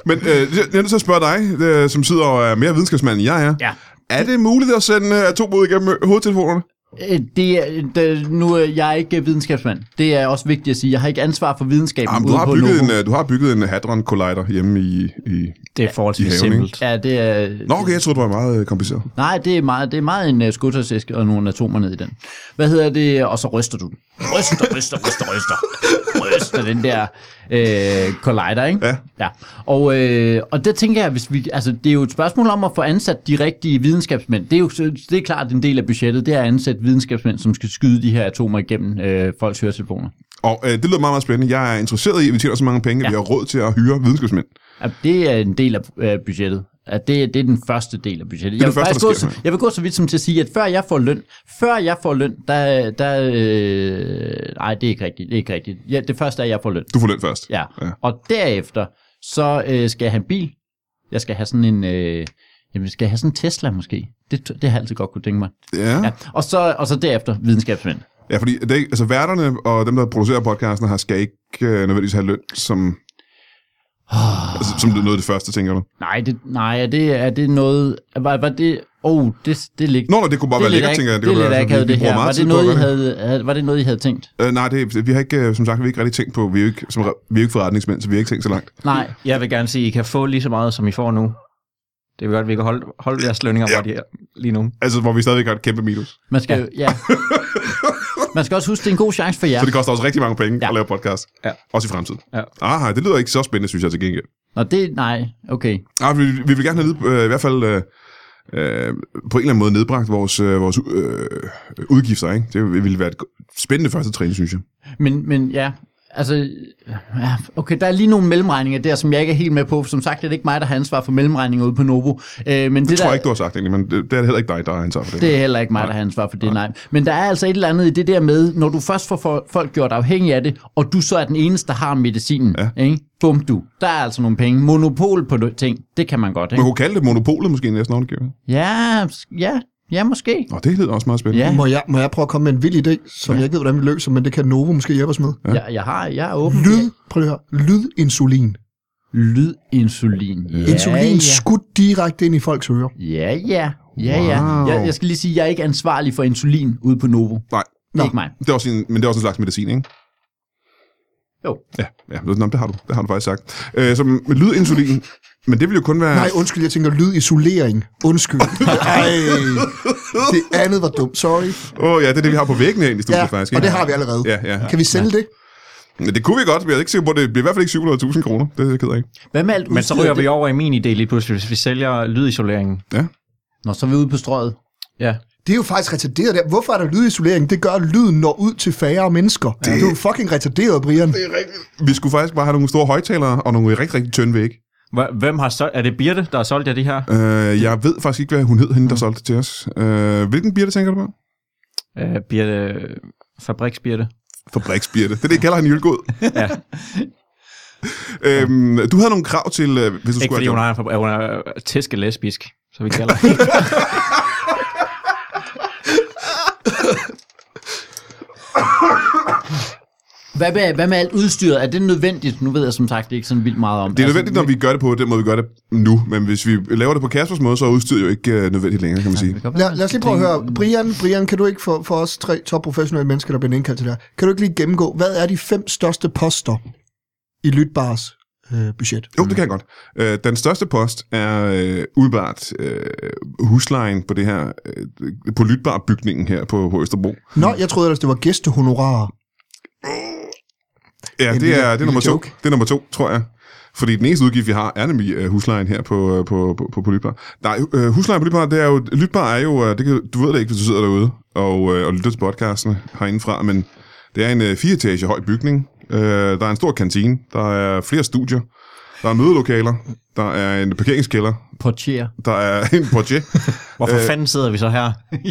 Men øh, jeg er nødt til at spørge dig, øh, som sidder og er mere videnskabsmand end jeg er. Ja. Er det muligt at sende øh, atomer ud igennem hovedtelefonerne? Det er, det, nu er jeg ikke videnskabsmand. Det er også vigtigt at sige. Jeg har ikke ansvar for videnskaben. Jamen, du, har bygget en, du har bygget en Hadron Collider hjemme i, i Det er forholdsvis simpelt. Ja, det er... Nå, okay, jeg troede, det var meget kompliceret. Nej, det er meget, det er meget en uh, skudtøjsæske og nogle atomer ned i den. Hvad hedder det? Og så ryster du den. Ryster, ryster, ryster, ryster. Ryster den der øh, collider, ikke? Ja. Ja. Og, øh, og det tænker jeg, hvis vi... Altså, det er jo et spørgsmål om at få ansat de rigtige videnskabsmænd. Det er jo det er klart en del af budgettet. Det er at ansætte videnskabsmænd, som skal skyde de her atomer igennem øh, folks høretelefoner. Og øh, det lyder meget, meget spændende. Jeg er interesseret i, at vi tjener så mange penge, at ja. vi har råd til at hyre videnskabsmænd. Ja, det er en del af øh, budgettet. At det, det er den første del af budgettet. Jeg vil, første, gå, så, jeg vil gå så vidt som til at sige, at før jeg får løn, før jeg får løn, der... der øh, nej, det er ikke rigtigt. Det er ikke rigtigt. Ja, det første er, at jeg får løn. Du får løn først. Ja. ja. Og derefter, så øh, skal jeg have en bil. Jeg skal have sådan en... Øh, jamen, skal jeg have sådan en Tesla måske? Det, det har jeg altid godt kunne tænke mig. Ja. ja. Og, så, og så derefter videnskabsmænd. Ja, fordi det, altså, værterne og dem, der producerer podcasten, har skal ikke øh, nødvendigvis have løn som... Oh. Altså, som noget af det første, tænker du? Nej, det, nej er, det, er det noget... Var, var det... Oh, det, det er lidt... Nå, det kunne bare det være lækkert, tænker jeg. Det, det er lidt akavet, det her. Var det, noget, I havde, havde, var det noget, I havde tænkt? Uh, nej, det, vi har ikke, som sagt, vi har ikke rigtig tænkt på. Vi er jo ikke, som, vi er jo ikke forretningsmænd, så vi har ikke tænkt så langt. Nej, jeg vil gerne sige, at I kan få lige så meget, som I får nu. Det vil godt, at vi kan holde, holde jeres lønninger, ja. Hvor de er lige nu. Altså, hvor vi stadigvæk har et kæmpe minus. Man skal ja. ja. Man skal også huske, det er en god chance for jer. Så det koster også rigtig mange penge ja. at lave podcast. Ja. Også i fremtiden. Ja. Aha, det lyder ikke så spændende, synes jeg til gengæld. Nå, det... Nej, okay. Ah, vi, vi vil gerne have øh, i hvert fald øh, øh, på en eller anden måde nedbragt vores, øh, vores øh, udgifter, ikke? Det ville være et spændende første træning, synes jeg. Men, men ja... Altså, ja, okay, der er lige nogle mellemregninger der, som jeg ikke er helt med på. Som sagt, det er ikke mig, der har ansvar for mellemregninger ude på Novo. Øh, men det, det tror der, jeg ikke, du har sagt egentlig, men det, det er heller ikke dig, der har ansvar for det. Det er heller ikke mig, der har ansvar for det, nej. nej. Men der er altså et eller andet i det der med, når du først får folk gjort afhængige af det, og du så er den eneste, der har medicinen, ja. Ikke? Bum du. Der er altså nogle penge. Monopol på ting, det kan man godt, ikke? Man kunne kalde det monopolet måske næsten overgivet. Ja, ja. Ja, måske. Og det lyder også meget spændende. Ja. Må, jeg, må jeg prøve at komme med en vild idé, som ja. jeg ikke ved, hvordan vi løser, men det kan Novo måske hjælpe os med? Ja, jeg, jeg, har, jeg er åben. Lyd, prøv at høre. Lydinsulin. Lydinsulin. Ja, Insulin ja. skudt direkte ind i folks ører. Ja, ja. Ja, wow. ja. Jeg, jeg skal lige sige, at jeg er ikke ansvarlig for insulin ude på Novo. Nej. Det er ikke mig. Det er også en, men det er også en slags medicin, ikke? Jo. Ja, ja det har du. Det har du faktisk sagt. Øh, så med lydinsulin, men det vil jo kun være... Nej, undskyld, jeg tænker lydisolering. Undskyld. Ej, det andet var dumt, sorry. Åh oh, ja, det er det, vi har på væggen her i studiet, ja, faktisk. og det har vi allerede. Ja, ja. Kan vi sælge ja. det? Ja, det kunne vi godt, men jeg er ikke sikker på, at det bliver i hvert fald ikke syv hundrede tusind kroner. Det er jeg ked af. Hvad med alt men så ryger vi over i min idé lige pludselig, hvis vi sælger lydisoleringen. Ja. Nå, så er vi ude på strøget. Ja. Det er jo faktisk retarderet der. Hvorfor er der lydisolering? Det gør, at lyden når ud til færre mennesker. Det, det er jo fucking retarderet, Brian. Det er rigtigt. Vi skulle faktisk bare have nogle store højtalere og nogle rigtig, rigtig tynde væg. Hvem har solgt? Er det Birte, der har solgt jer de her? Øh, jeg ved faktisk ikke, hvad hun hed, hende, der solgte det til os. Øh, hvilken Birte tænker du på? Øh, Birte... Fabriksbirte. Fabriksbirte. Det er det, jeg kalder hende Jølgod. Ja. øhm, du havde nogle krav til, hvis du ikke skulle... Ikke fordi hun er, hun er tæske lesbisk, så vi kalder Hvad med, hvad med alt udstyret? Er det nødvendigt? Nu ved jeg som sagt ikke sådan vildt meget om. Det er nødvendigt, altså, når vi gør det på den måde, vi gør det nu. Men hvis vi laver det på Kaspers måde, så er udstyret jo ikke uh, nødvendigt længere, kan man sige. Lad, lad os lige prøve at høre. Brian, Brian, kan du ikke for, for os tre topprofessionelle mennesker, der bliver indkaldt til det her, kan du ikke lige gennemgå, hvad er de fem største poster i Lytbars øh, budget? Jo, det kan jeg godt. Øh, den største post er øh, udbart øh, huslejen på det her, øh, på Lytbar-bygningen her på, på Østerbro. Nå, jeg troede ellers, det var gæstehonorarer. Ja, det er, det er nummer to. Det er nummer to, tror jeg. Fordi den eneste udgift, vi har, er nemlig huslejen her på, på, på, på, på Lytbar. Nej, huslejen på Lytbar, det er jo... Lytbar er jo... Det kan, du ved det ikke, hvis du sidder derude og, og lytter til podcastene herindefra, men det er en fire etage høj bygning. Der er en stor kantine. Der er flere studier. Der er mødelokaler. Der er en parkeringskælder. Portier. Der er en portier. Hvorfor fanden sidder vi så her?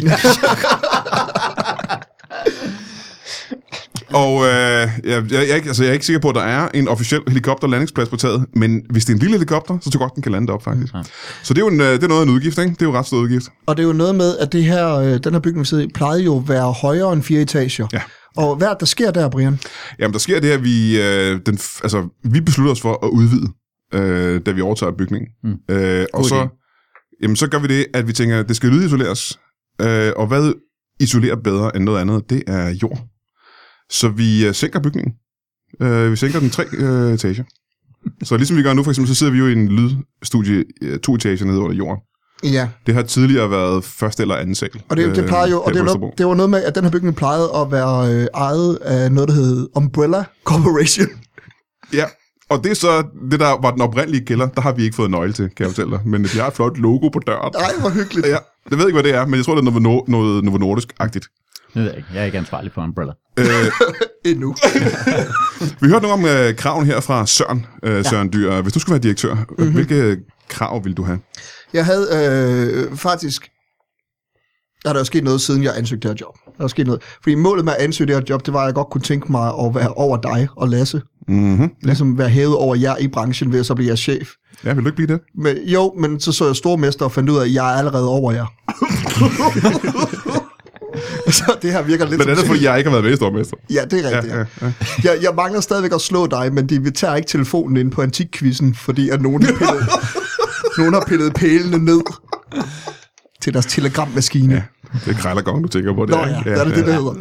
Og øh, jeg, jeg, jeg, er ikke, altså, jeg er ikke sikker på, at der er en officiel helikopterlandingsplads på taget, men hvis det er en lille helikopter, så tror jeg godt, den kan lande op, faktisk. Ja. Så det er jo en, det er noget af en udgift, ikke? Det er jo ret stor udgift. Og det er jo noget med, at det her, den her bygning, vi sidder i, plejede jo at være højere end fire etager. Ja. Og hvad der sker der, Brian? Jamen, der sker det, at vi, øh, den, altså, vi beslutter os for at udvide øh, da vi overtager bygningen. Mm. Øh, og så, jamen, så gør vi det, at vi tænker, at det skal lydisoleres. Øh, og hvad isolerer bedre end noget andet? Det er jord. Så vi øh, sænker bygningen. Øh, vi sænker den tre øh, etager. Så ligesom vi gør nu, for eksempel, så sidder vi jo i en lydstudie øh, to etager nede under jorden. Ja. Det har tidligere været første eller anden sal. Og det, det plejer jo, og det, var noget, det var noget med, at den her bygning plejede at være øh, ejet af noget, der hed Umbrella Corporation. Ja, og det er så, det der var den oprindelige kælder, der har vi ikke fået nøgle til, kan jeg fortælle dig. Men de har et flot logo på døren. Nej, hvor hyggeligt. Ja, jeg ved ikke, hvad det er, men jeg tror, det er noget, noget, noget nordisk-agtigt. Jeg ved ikke, jeg er ikke ansvarlig for Umbrella. Øh, Endnu. Vi hørte nogle om øh, kraven her fra Søren, øh, Søren ja. Dyr. Hvis du skulle være direktør, mm-hmm. hvilke krav ville du have? Jeg havde øh, faktisk... Der er der jo sket noget, siden jeg ansøgte det her job. Der er sket noget. Fordi målet med at ansøge det her job, det var, at jeg godt kunne tænke mig at være over dig og Lasse. Mm-hmm. Ligesom være hævet over jer i branchen, ved at så blive jeres chef. Ja, vil du ikke blive det? Men, jo, men så så jeg stormester og fandt ud af, at jeg er allerede over jer. Så det her virker lidt... Men det er fordi, jeg ikke har været med i stormester. Ja, det er rigtigt. Ja, ja, ja. Jeg, jeg mangler stadigvæk at slå dig, men de tager ikke telefonen ind på antikkvisten, fordi at nogen har pillet, nogen har pillet pælene ned til deres telegrammaskine. Ja, det er krejlergården, du tænker på. Det Nå ja, ja, det er det, det, det hedder.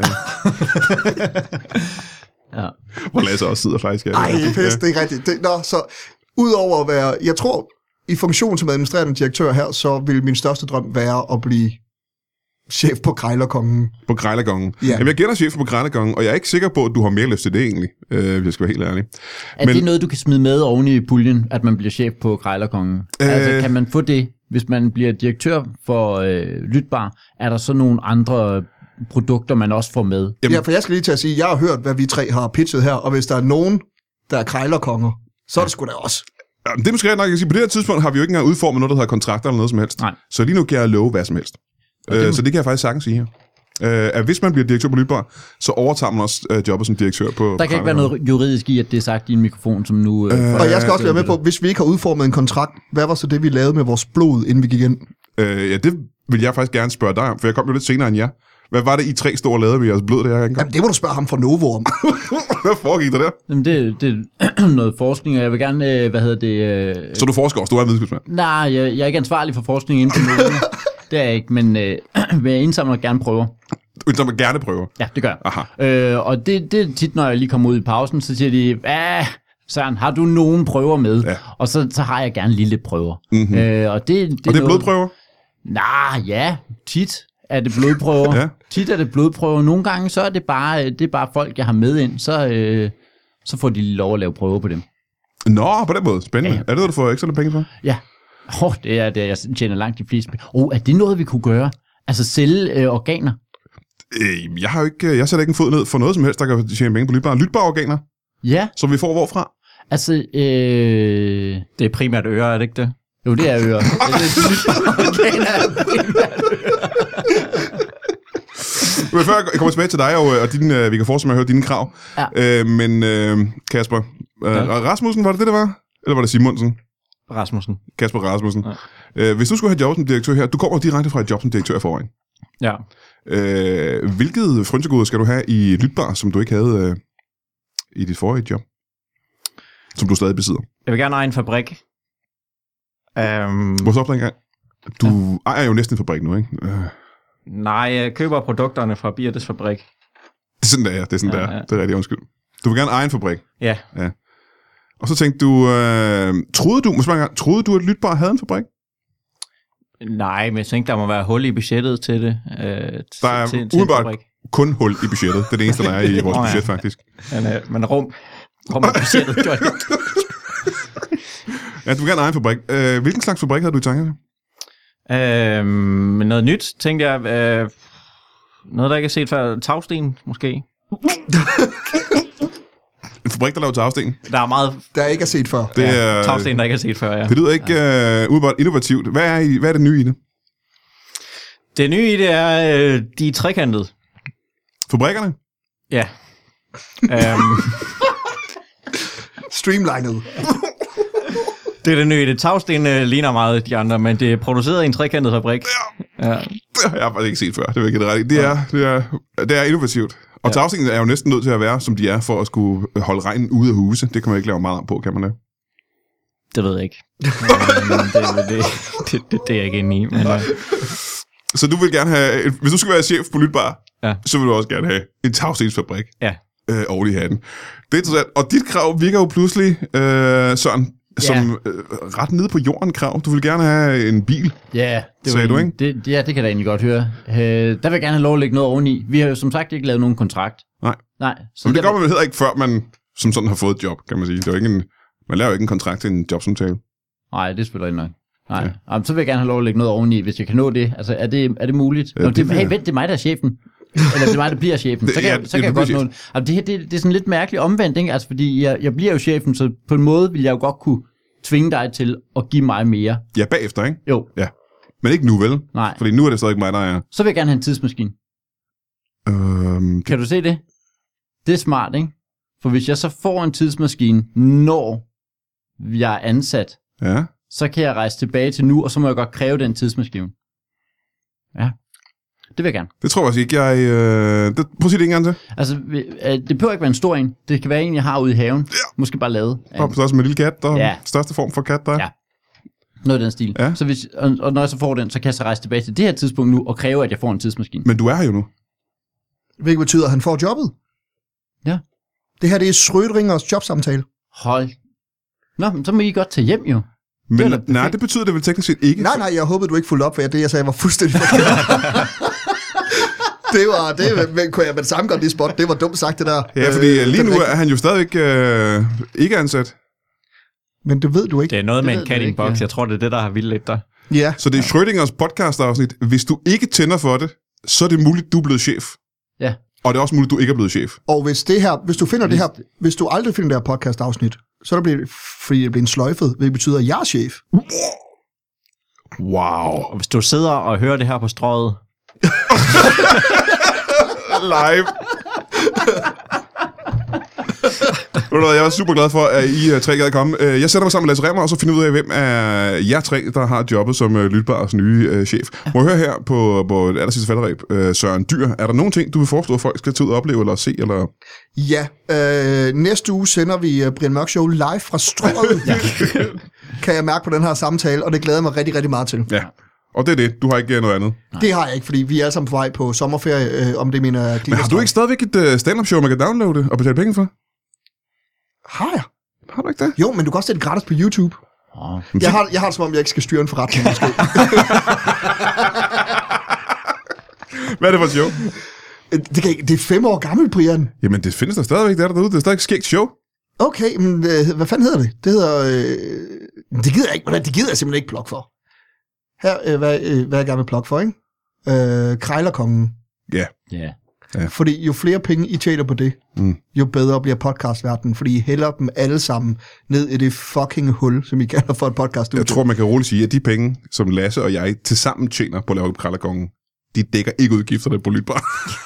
Ja. Hvor Lasse også sidder faktisk. Ej, pæst, det er rigtigt. Det, nå, så udover at være... Jeg tror, i funktion som administrerende direktør her, så vil min største drøm være at blive chef på Krejlerkongen. På Krejlerkongen. Ja. Jamen, jeg kender chef på Krejlerkongen, og jeg er ikke sikker på, at du har mere lyst til det egentlig, øh, hvis jeg skal være helt ærlig. Er Men, det noget, du kan smide med oven i puljen, at man bliver chef på Krejlerkongen? Øh, altså, kan man få det, hvis man bliver direktør for øh, Lytbar? Er der så nogle andre produkter, man også får med? Jamen. Ja, for jeg skal lige til at sige, at jeg har hørt, hvad vi tre har pitchet her, og hvis der er nogen, der er Krejlerkonger, så er det sgu da også. Ja, det er måske ret nok, jeg kan sige, på det her tidspunkt har vi jo ikke engang udformet noget, der hedder kontrakter eller noget som helst. Nej. Så lige nu kan jeg love hvad som helst. Det øh, så det kan jeg faktisk sagtens sige her. Øh, at hvis man bliver direktør på Lytbar, så overtager man også øh, jobbet som direktør på... Der kan ikke være noget juridisk i, at det er sagt i en mikrofon, som nu... Øh, og jeg skal også være med på, hvis vi ikke har udformet en kontrakt, hvad var så det, vi lavede med vores blod, inden vi gik ind? Øh, ja, det vil jeg faktisk gerne spørge dig om, for jeg kom jo lidt senere end jer. Hvad var det, I tre store lavede med jeres blod, der jeg Jamen, det må du spørge ham fra Novo om. Hvad foregik der der? Jamen, det, det er noget forskning, og jeg vil gerne... Hvad hedder det... Øh... Så du forsker også, du er videnskabsmand? Nej, jeg, jeg er ikke ansvarlig for forskning inden for Novo. Det er jeg ikke, men øh, jeg indsamler gerne prøver. Du indsamler gerne prøver? Ja, det gør jeg. Aha. Øh, og det, det er tit, når jeg lige kommer ud i pausen, så siger de, hvad, Søren, har du nogen prøver med? Ja. Og så, så har jeg gerne lige lidt prøver. Mm-hmm. Øh, og det, det, og det er noget... blodprøver? Nej, ja, tit er det blodprøver. Ja. Tit er det blodprøver. Nogle gange, så er det bare, det er bare folk, jeg har med ind, så, øh, så får de lige lov at lave prøver på dem. Nå, på den måde. Spændende. Ja, ja. Er det noget, du får ekstra penge for? Ja. Åh, oh, det er det, jeg tjener langt de fleste. Åh, oh, er det noget, vi kunne gøre? Altså sælge øh, organer? Øh, jeg har jo ikke, jeg sætter ikke en fod ned for noget som helst, der kan tjene penge på Lytbar. Lytbar organer? Ja. Som vi får hvorfra? Altså, øh... det er primært ører, er det ikke det? Jo, det er ører. Lytbar organer er primært ører. Men før jeg kommer tilbage til dig, og, og din, vi kan fortsætte med at høre dine krav. Ja. Øh, men øh, Kasper, øh, ja. Rasmussen, var det det, det var? Eller var det Simonsen? Rasmussen. Kasper Rasmussen. Ja. Øh, hvis du skulle have job som direktør her, du kommer direkte fra et job som direktør foran. Ja. Øh, hvilket frynsegoder skal du have i Lytbar, som du ikke havde øh, i dit forrige job? Som du stadig besidder? Jeg vil gerne eje en fabrik. Um, Hvor så engang? Du ja. ejer jo næsten en fabrik nu, ikke? Øh. Nej, jeg køber produkterne fra Birtes fabrik. Det er sådan, der er. Det er sådan, ja, der er. Ja. Det er rigtig undskyld. Du vil gerne eje en fabrik? Ja. Ja. Og så tænkte du, øh, troede du, måske engang, troede du, at Lytbar havde en fabrik? Nej, men jeg tænkte, der må være hul i budgettet til det. Øh, der er til, til umiddelbart kun hul i budgettet. Det er det eneste, der er i vores oh, budget, ja. faktisk. Men, øh, men rum, rum i budgettet, Johnny. Ja, du vil gerne eje en fabrik. Øh, hvilken slags fabrik havde du i tankerne? Øh, noget nyt, tænkte jeg. Øh, noget, der ikke er set før. Tagsten, måske. En fabrik, der laver tagsten? Der er meget... Der ikke er set før. Det er, ja, tagsten, der ikke er set før, ja. Det lyder ikke ja. uh, umiddelbart innovativt. Hvad er, i, hvad er det nye i det? Det nye i det er, øh, de er trekantede. Fabrikkerne? Ja. um, Streamlinet. Det er det nye i det. Tagsten øh, ligner meget de andre, men det er produceret i en trekantet fabrik. Ja. Ja. Det har jeg faktisk ikke set før. Det, vil jeg det, er, det, er, det er innovativt. Og ja. Tagsten er jo næsten nødt til at være, som de er, for at skulle holde regnen ude af huse. Det kan man ikke lave meget om på, kan man det? Det ved jeg ikke. det, det, det, det, det er jeg ikke inde i. Men, Så du vil gerne have, hvis du skal være chef på Lytbar, ja. så vil du også gerne have en tagstensfabrik Ja. øh, over i hatten. Det er interessant. Og dit krav virker jo pludselig, øh, sådan, som Ja. øh, ret nede på jorden krav. Du vil gerne have en bil. Ja, det Sagde var du, en- ikke? Det, ja, det kan jeg da egentlig godt høre. Øh, der vil jeg gerne have lov at lægge noget oveni. Vi har jo som sagt ikke lavet nogen kontrakt. Nej. Nej. Så Men det der- gør man vel heller ikke, før man som sådan har fået et job, kan man sige. Det er jo ikke en, man laver jo ikke en kontrakt til en jobsamtale. Nej, det spiller ikke nok. Nej, Ja. ja. Jamen, så vil jeg gerne have lov at lægge noget oveni, hvis jeg kan nå det. Altså, er det, er det muligt? Ja, Nå, det det, vil hey, jeg. vent, det er mig, der er chefen. Eller det er mig, der bliver chefen. Det- Så kan, ja, jeg, så ja, kan jeg du godt bliver nå det. Altså, det her, det, det er sådan lidt mærkeligt omvendt, ikke? Altså, fordi jeg, jeg bliver jo chefen, så på en måde vil jeg jo godt kunne tvinge dig til at give mig mere. Ja, bagefter, ikke? Jo, Ja. Men ikke nu, vel? nej. Fordi nu er det stadig mig, der er... Så vil jeg gerne have en tidsmaskine. Øhm, Kan du se det? Det er smart, ikke? For hvis jeg så får en tidsmaskine, når jeg er ansat, ja. så kan jeg rejse tilbage til nu, og så må jeg godt kræve den tidsmaskine. Ja, det vil jeg gerne. Det tror jeg også ikke, jeg... Øh, det, prøv at sige det en gang til. Altså, vi- øh, det behøver ikke være en stor en. Det kan være en, jeg har ude i haven. Ja. Måske bare lavet. Bare på størrelse med en lille kat, der er Ja. største form for kat, der er. Ja. Noget af den stil. Ja. Så hvis, og, og når jeg så får den, så kan jeg så rejse tilbage til det her tidspunkt nu, og kræve, at jeg får en tidsmaskine. Men du er her jo nu. Hvilket betyder, at han får jobbet. Ja. Det her, det er Schrödingers jobsamtale. Hold. Nå, men så må I godt tage hjem jo. Men Det er da nej, perfekt. det betyder det vel teknisk set ikke. Nej, nej, jeg håbede, du ikke fulgte op, for det, jeg sagde, var fuldstændig forkert. det var, det men, kunne jeg med det samme godt lige spotte. Det var dumt sagt, det der. Ja, fordi Øh, lige det nu rigtigt. er han jo stadigvæk øh, ikke ansat. Men det ved du ikke. det er noget med Det en ved cat du i en ikke, boks. ja. Jeg tror, det er det, der har vildt dig. Ja, Så det er Schrödingers podcast-afsnit. Hvis du ikke tænder for det, så er det muligt, du er blevet chef. Ja. Og det er også muligt, du ikke er blevet chef. og hvis det her, hvis du finder Hvis det her, hvis du aldrig finder det her podcast-afsnit, så er det blevet, fordi det bliver en sløjfet, hvilket betyder, at jeg er chef. Wow. Og hvis du sidder og hører det her på strøget, Live. Ved du hvad, jeg er super glad for, at I uh, tre gad komme. Uh, jeg sætter mig sammen med Lasse Remmer, og så finder ud af, hvem er jer tre, der har jobbet som uh, Lytbars nye uh, chef. Må jeg høre her på, på det aller sidste falderæb, uh, Søren Dyr, er der nogle ting, du vil foreslå, at folk skal tage ud og opleve eller se? Eller? Ja, øh, næste uge sender vi uh, Brian Mørk Show live fra Strøget. Kan jeg mærke på den her samtale, og det glæder jeg mig rigtig, rigtig meget til. Ja, og det er det. Du har ikke uh, noget andet. Det har jeg ikke, fordi vi er alle sammen på vej på sommerferie, øh, om det mener Men har du ikke stadigvæk et uh, stand-up show, man kan downloade og betale penge for? Har jeg? Har du ikke det? Jo, men du kan også se det gratis på YouTube. Oh. Jeg har, jeg har det som om, jeg ikke skal styre en forretning, måske. Hvad er det for et show? det, kan, ikke- det er fem år gammelt, Brian. Jamen, det findes der stadigvæk, det er der derude. Det er stadig et skægt show. Okay, men øh, hvad fanden hedder det? Det hedder... Øh, det gider jeg ikke, hvordan- det gider jeg simpelthen ikke plug for. Her, øh, hvad, øh, hvad er jeg gerne vil plug for, ikke? Øh, Krejlerkongen. Ja. Ja. Fordi jo flere penge I tjener på det, Mm. jo bedre bliver podcastverdenen, fordi I hælder dem alle sammen ned i det fucking hul, som I kalder for et podcast. Jeg tror, man kan roligt sige, at de penge, som Lasse og jeg tilsammen tjener på at lave Krejlerkongen, de dækker ikke udgifterne på Lytbar.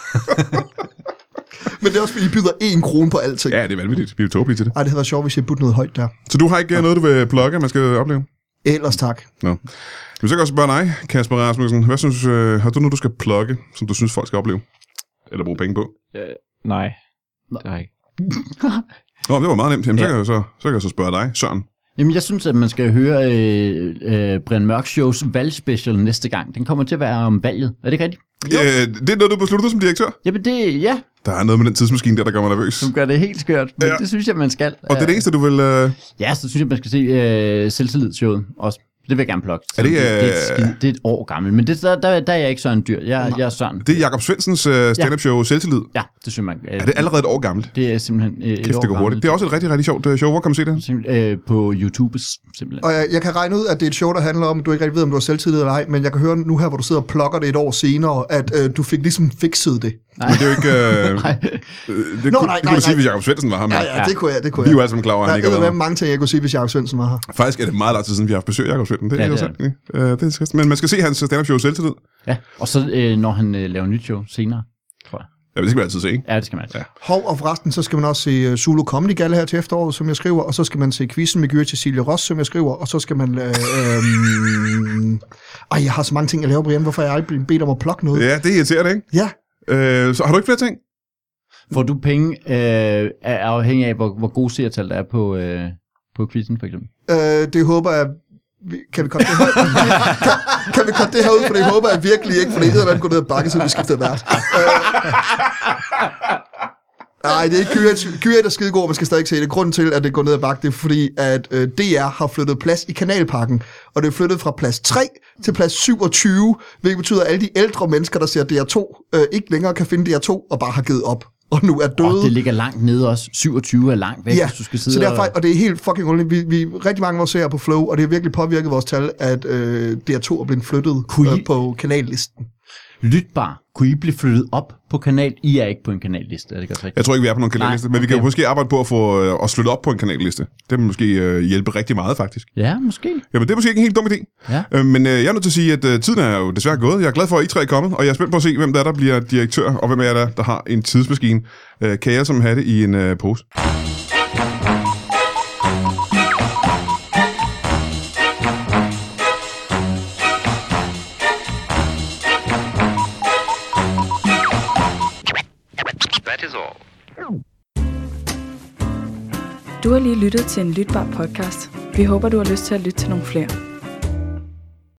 Men det er også, fordi I byder én krone på alting. Ja, det er vanvittigt. Vi er jo tåbelige til det. Ej, det havde været sjovt, hvis jeg budt noget højt der. Så du har ikke ja. noget, du vil plukke, man skal opleve? Ellers tak. Nå. Men så kan jeg også spørge dig, Kasper Rasmussen. Hvad synes, øh, har du noget, du skal plukke, som du synes, folk skal opleve? Eller bruge penge på? øh, nej, det har jeg ikke. Nå, det var meget nemt. Jamen, så, Ja. kan jeg så, så kan jeg så spørge dig, Søren. Jamen, jeg synes, at man skal høre øh, øh, Brian Mørk Shows valgspecial næste gang. Den kommer til at være om valget. Er det ikke rigtigt? Øh, det er noget, du beslutter som direktør? Jamen, det, ja, Der er noget med den tidsmaskine der, der gør mig nervøs. du gør det helt skørt. Men Ja. ja. det synes jeg, man skal. Og det er det eneste, du vil... Øh... Ja, så synes jeg, man skal se øh, selvtillidsshowet også. Det vil jeg gerne plukke. Er det, det, det, er et øh, skide, det er et år gammelt. Men det, der, der, der er jeg ikke Søren Dyr. Jeg, jeg er Søren. Det er Jakob Svendsens øh, stand-up show, Selvtillid. Ja, det synes jeg. Øh, Er det allerede et år gammelt? Det er simpelthen øh, et Kæft, år det går hurtigt. gammelt. Det er også et rigtig, rigtig sjovt øh, show. Hvor kan man se det? Simpelthen, øh, på YouTube simpelthen. Og jeg, jeg kan regne ud, at det er et show, der handler om, at du ikke rigtig ved, om du har selvtillid eller ej, men jeg kan høre nu her, hvor du sidder og plukker det et år senere, at øh, du fik ligesom fikset det. Men det er jo ikke... Øh, Nej. øh, det, Nå, kunne, nej, det kunne nej, du sige, nej. hvis Jakob Svendsen var ham. Ja, Ja, ja, det kunne jeg, det kunne Vi er jo jeg. alle sammen klar over, at Der han ikke har er været mange ting, jeg kunne sige, hvis Jakob Svendsen var her. her. Faktisk er det meget lang tid siden, vi har haft besøg af Jakob Svendsen. Det er Ja, ja, det er interessant. Øh, det er trist. Men man skal se hans stand-up show Selvtillid. Ja, og så øh, når han øh, laver nyt show senere, tror jeg. Ja, det skal man altid se, ikke? Ja, det skal man altså. Ja. Hov, og forresten, så skal man også se uh, Zulu Comedy Galla her til efteråret, som jeg skriver, og så skal man se Quizzen med Gyri Cecilie Ross, som jeg skriver, og så skal man... Øh, øh, ej, jeg har så mange ting, jeg laver, Brian. Hvorfor er jeg aldrig blevet bedt om at plukke noget? Ja, det er irriterende, ikke? Ja. Øh, så har du ikke flere ting? Får du penge øh, er afhængig af, hvor, hvor gode seertal der er på, øh, på quizzen, for eksempel? Øh, det håber jeg... Kan vi komme det her, kan, kan vi komme det her ud, for det håber jeg virkelig ikke, for det hedder, at gå ned og bakke, så vi skifter vært. Nej, det er ikke Q et er skidegod, man skal stadig se det. Grunden til, at det går ned og bakke, det er fordi, at øh, D R har flyttet plads i Kanalparken, og det er flyttet fra plads tre til plads syvogtyve, hvilket betyder, at alle de ældre mennesker, der ser D R to, øh, ikke længere kan finde D R to, og bare har givet op. Og nu er døde. Og det ligger langt nede også. syvogtyve er langt væk, ja, hvis du skal sidde så derfor, og... og det er helt fucking underligt. Vi, vi rigtig mange af os ser på Flow, og det har virkelig påvirket vores tal, at øh, D R to er blevet flyttet øh, på kanallisten. Lytbar. Kunne I blive flyttet op på kanal? I er ikke på en kanalliste, er det godt rigtigt? Jeg tror ikke, vi er på nogen kanalliste, Nej, men vi kan okay. måske arbejde på at få øh, os sluttet op på en kanalliste. Det vil måske øh, hjælpe rigtig meget, faktisk. Ja, måske. Jamen, det er måske ikke en helt dum idé. Ja. Øh, men øh, jeg er nødt til at sige, at øh, tiden er jo desværre gået. Jeg er glad for, at I tre er kommet, og jeg er spændt på at se, hvem der er, der bliver direktør, og hvem er der, der har en tidsmaskine. Øh, kan jeg som have det i en øh, pose? Du har lige lyttet til en lytbar podcast. Vi håber, du har lyst til at lytte til nogle flere.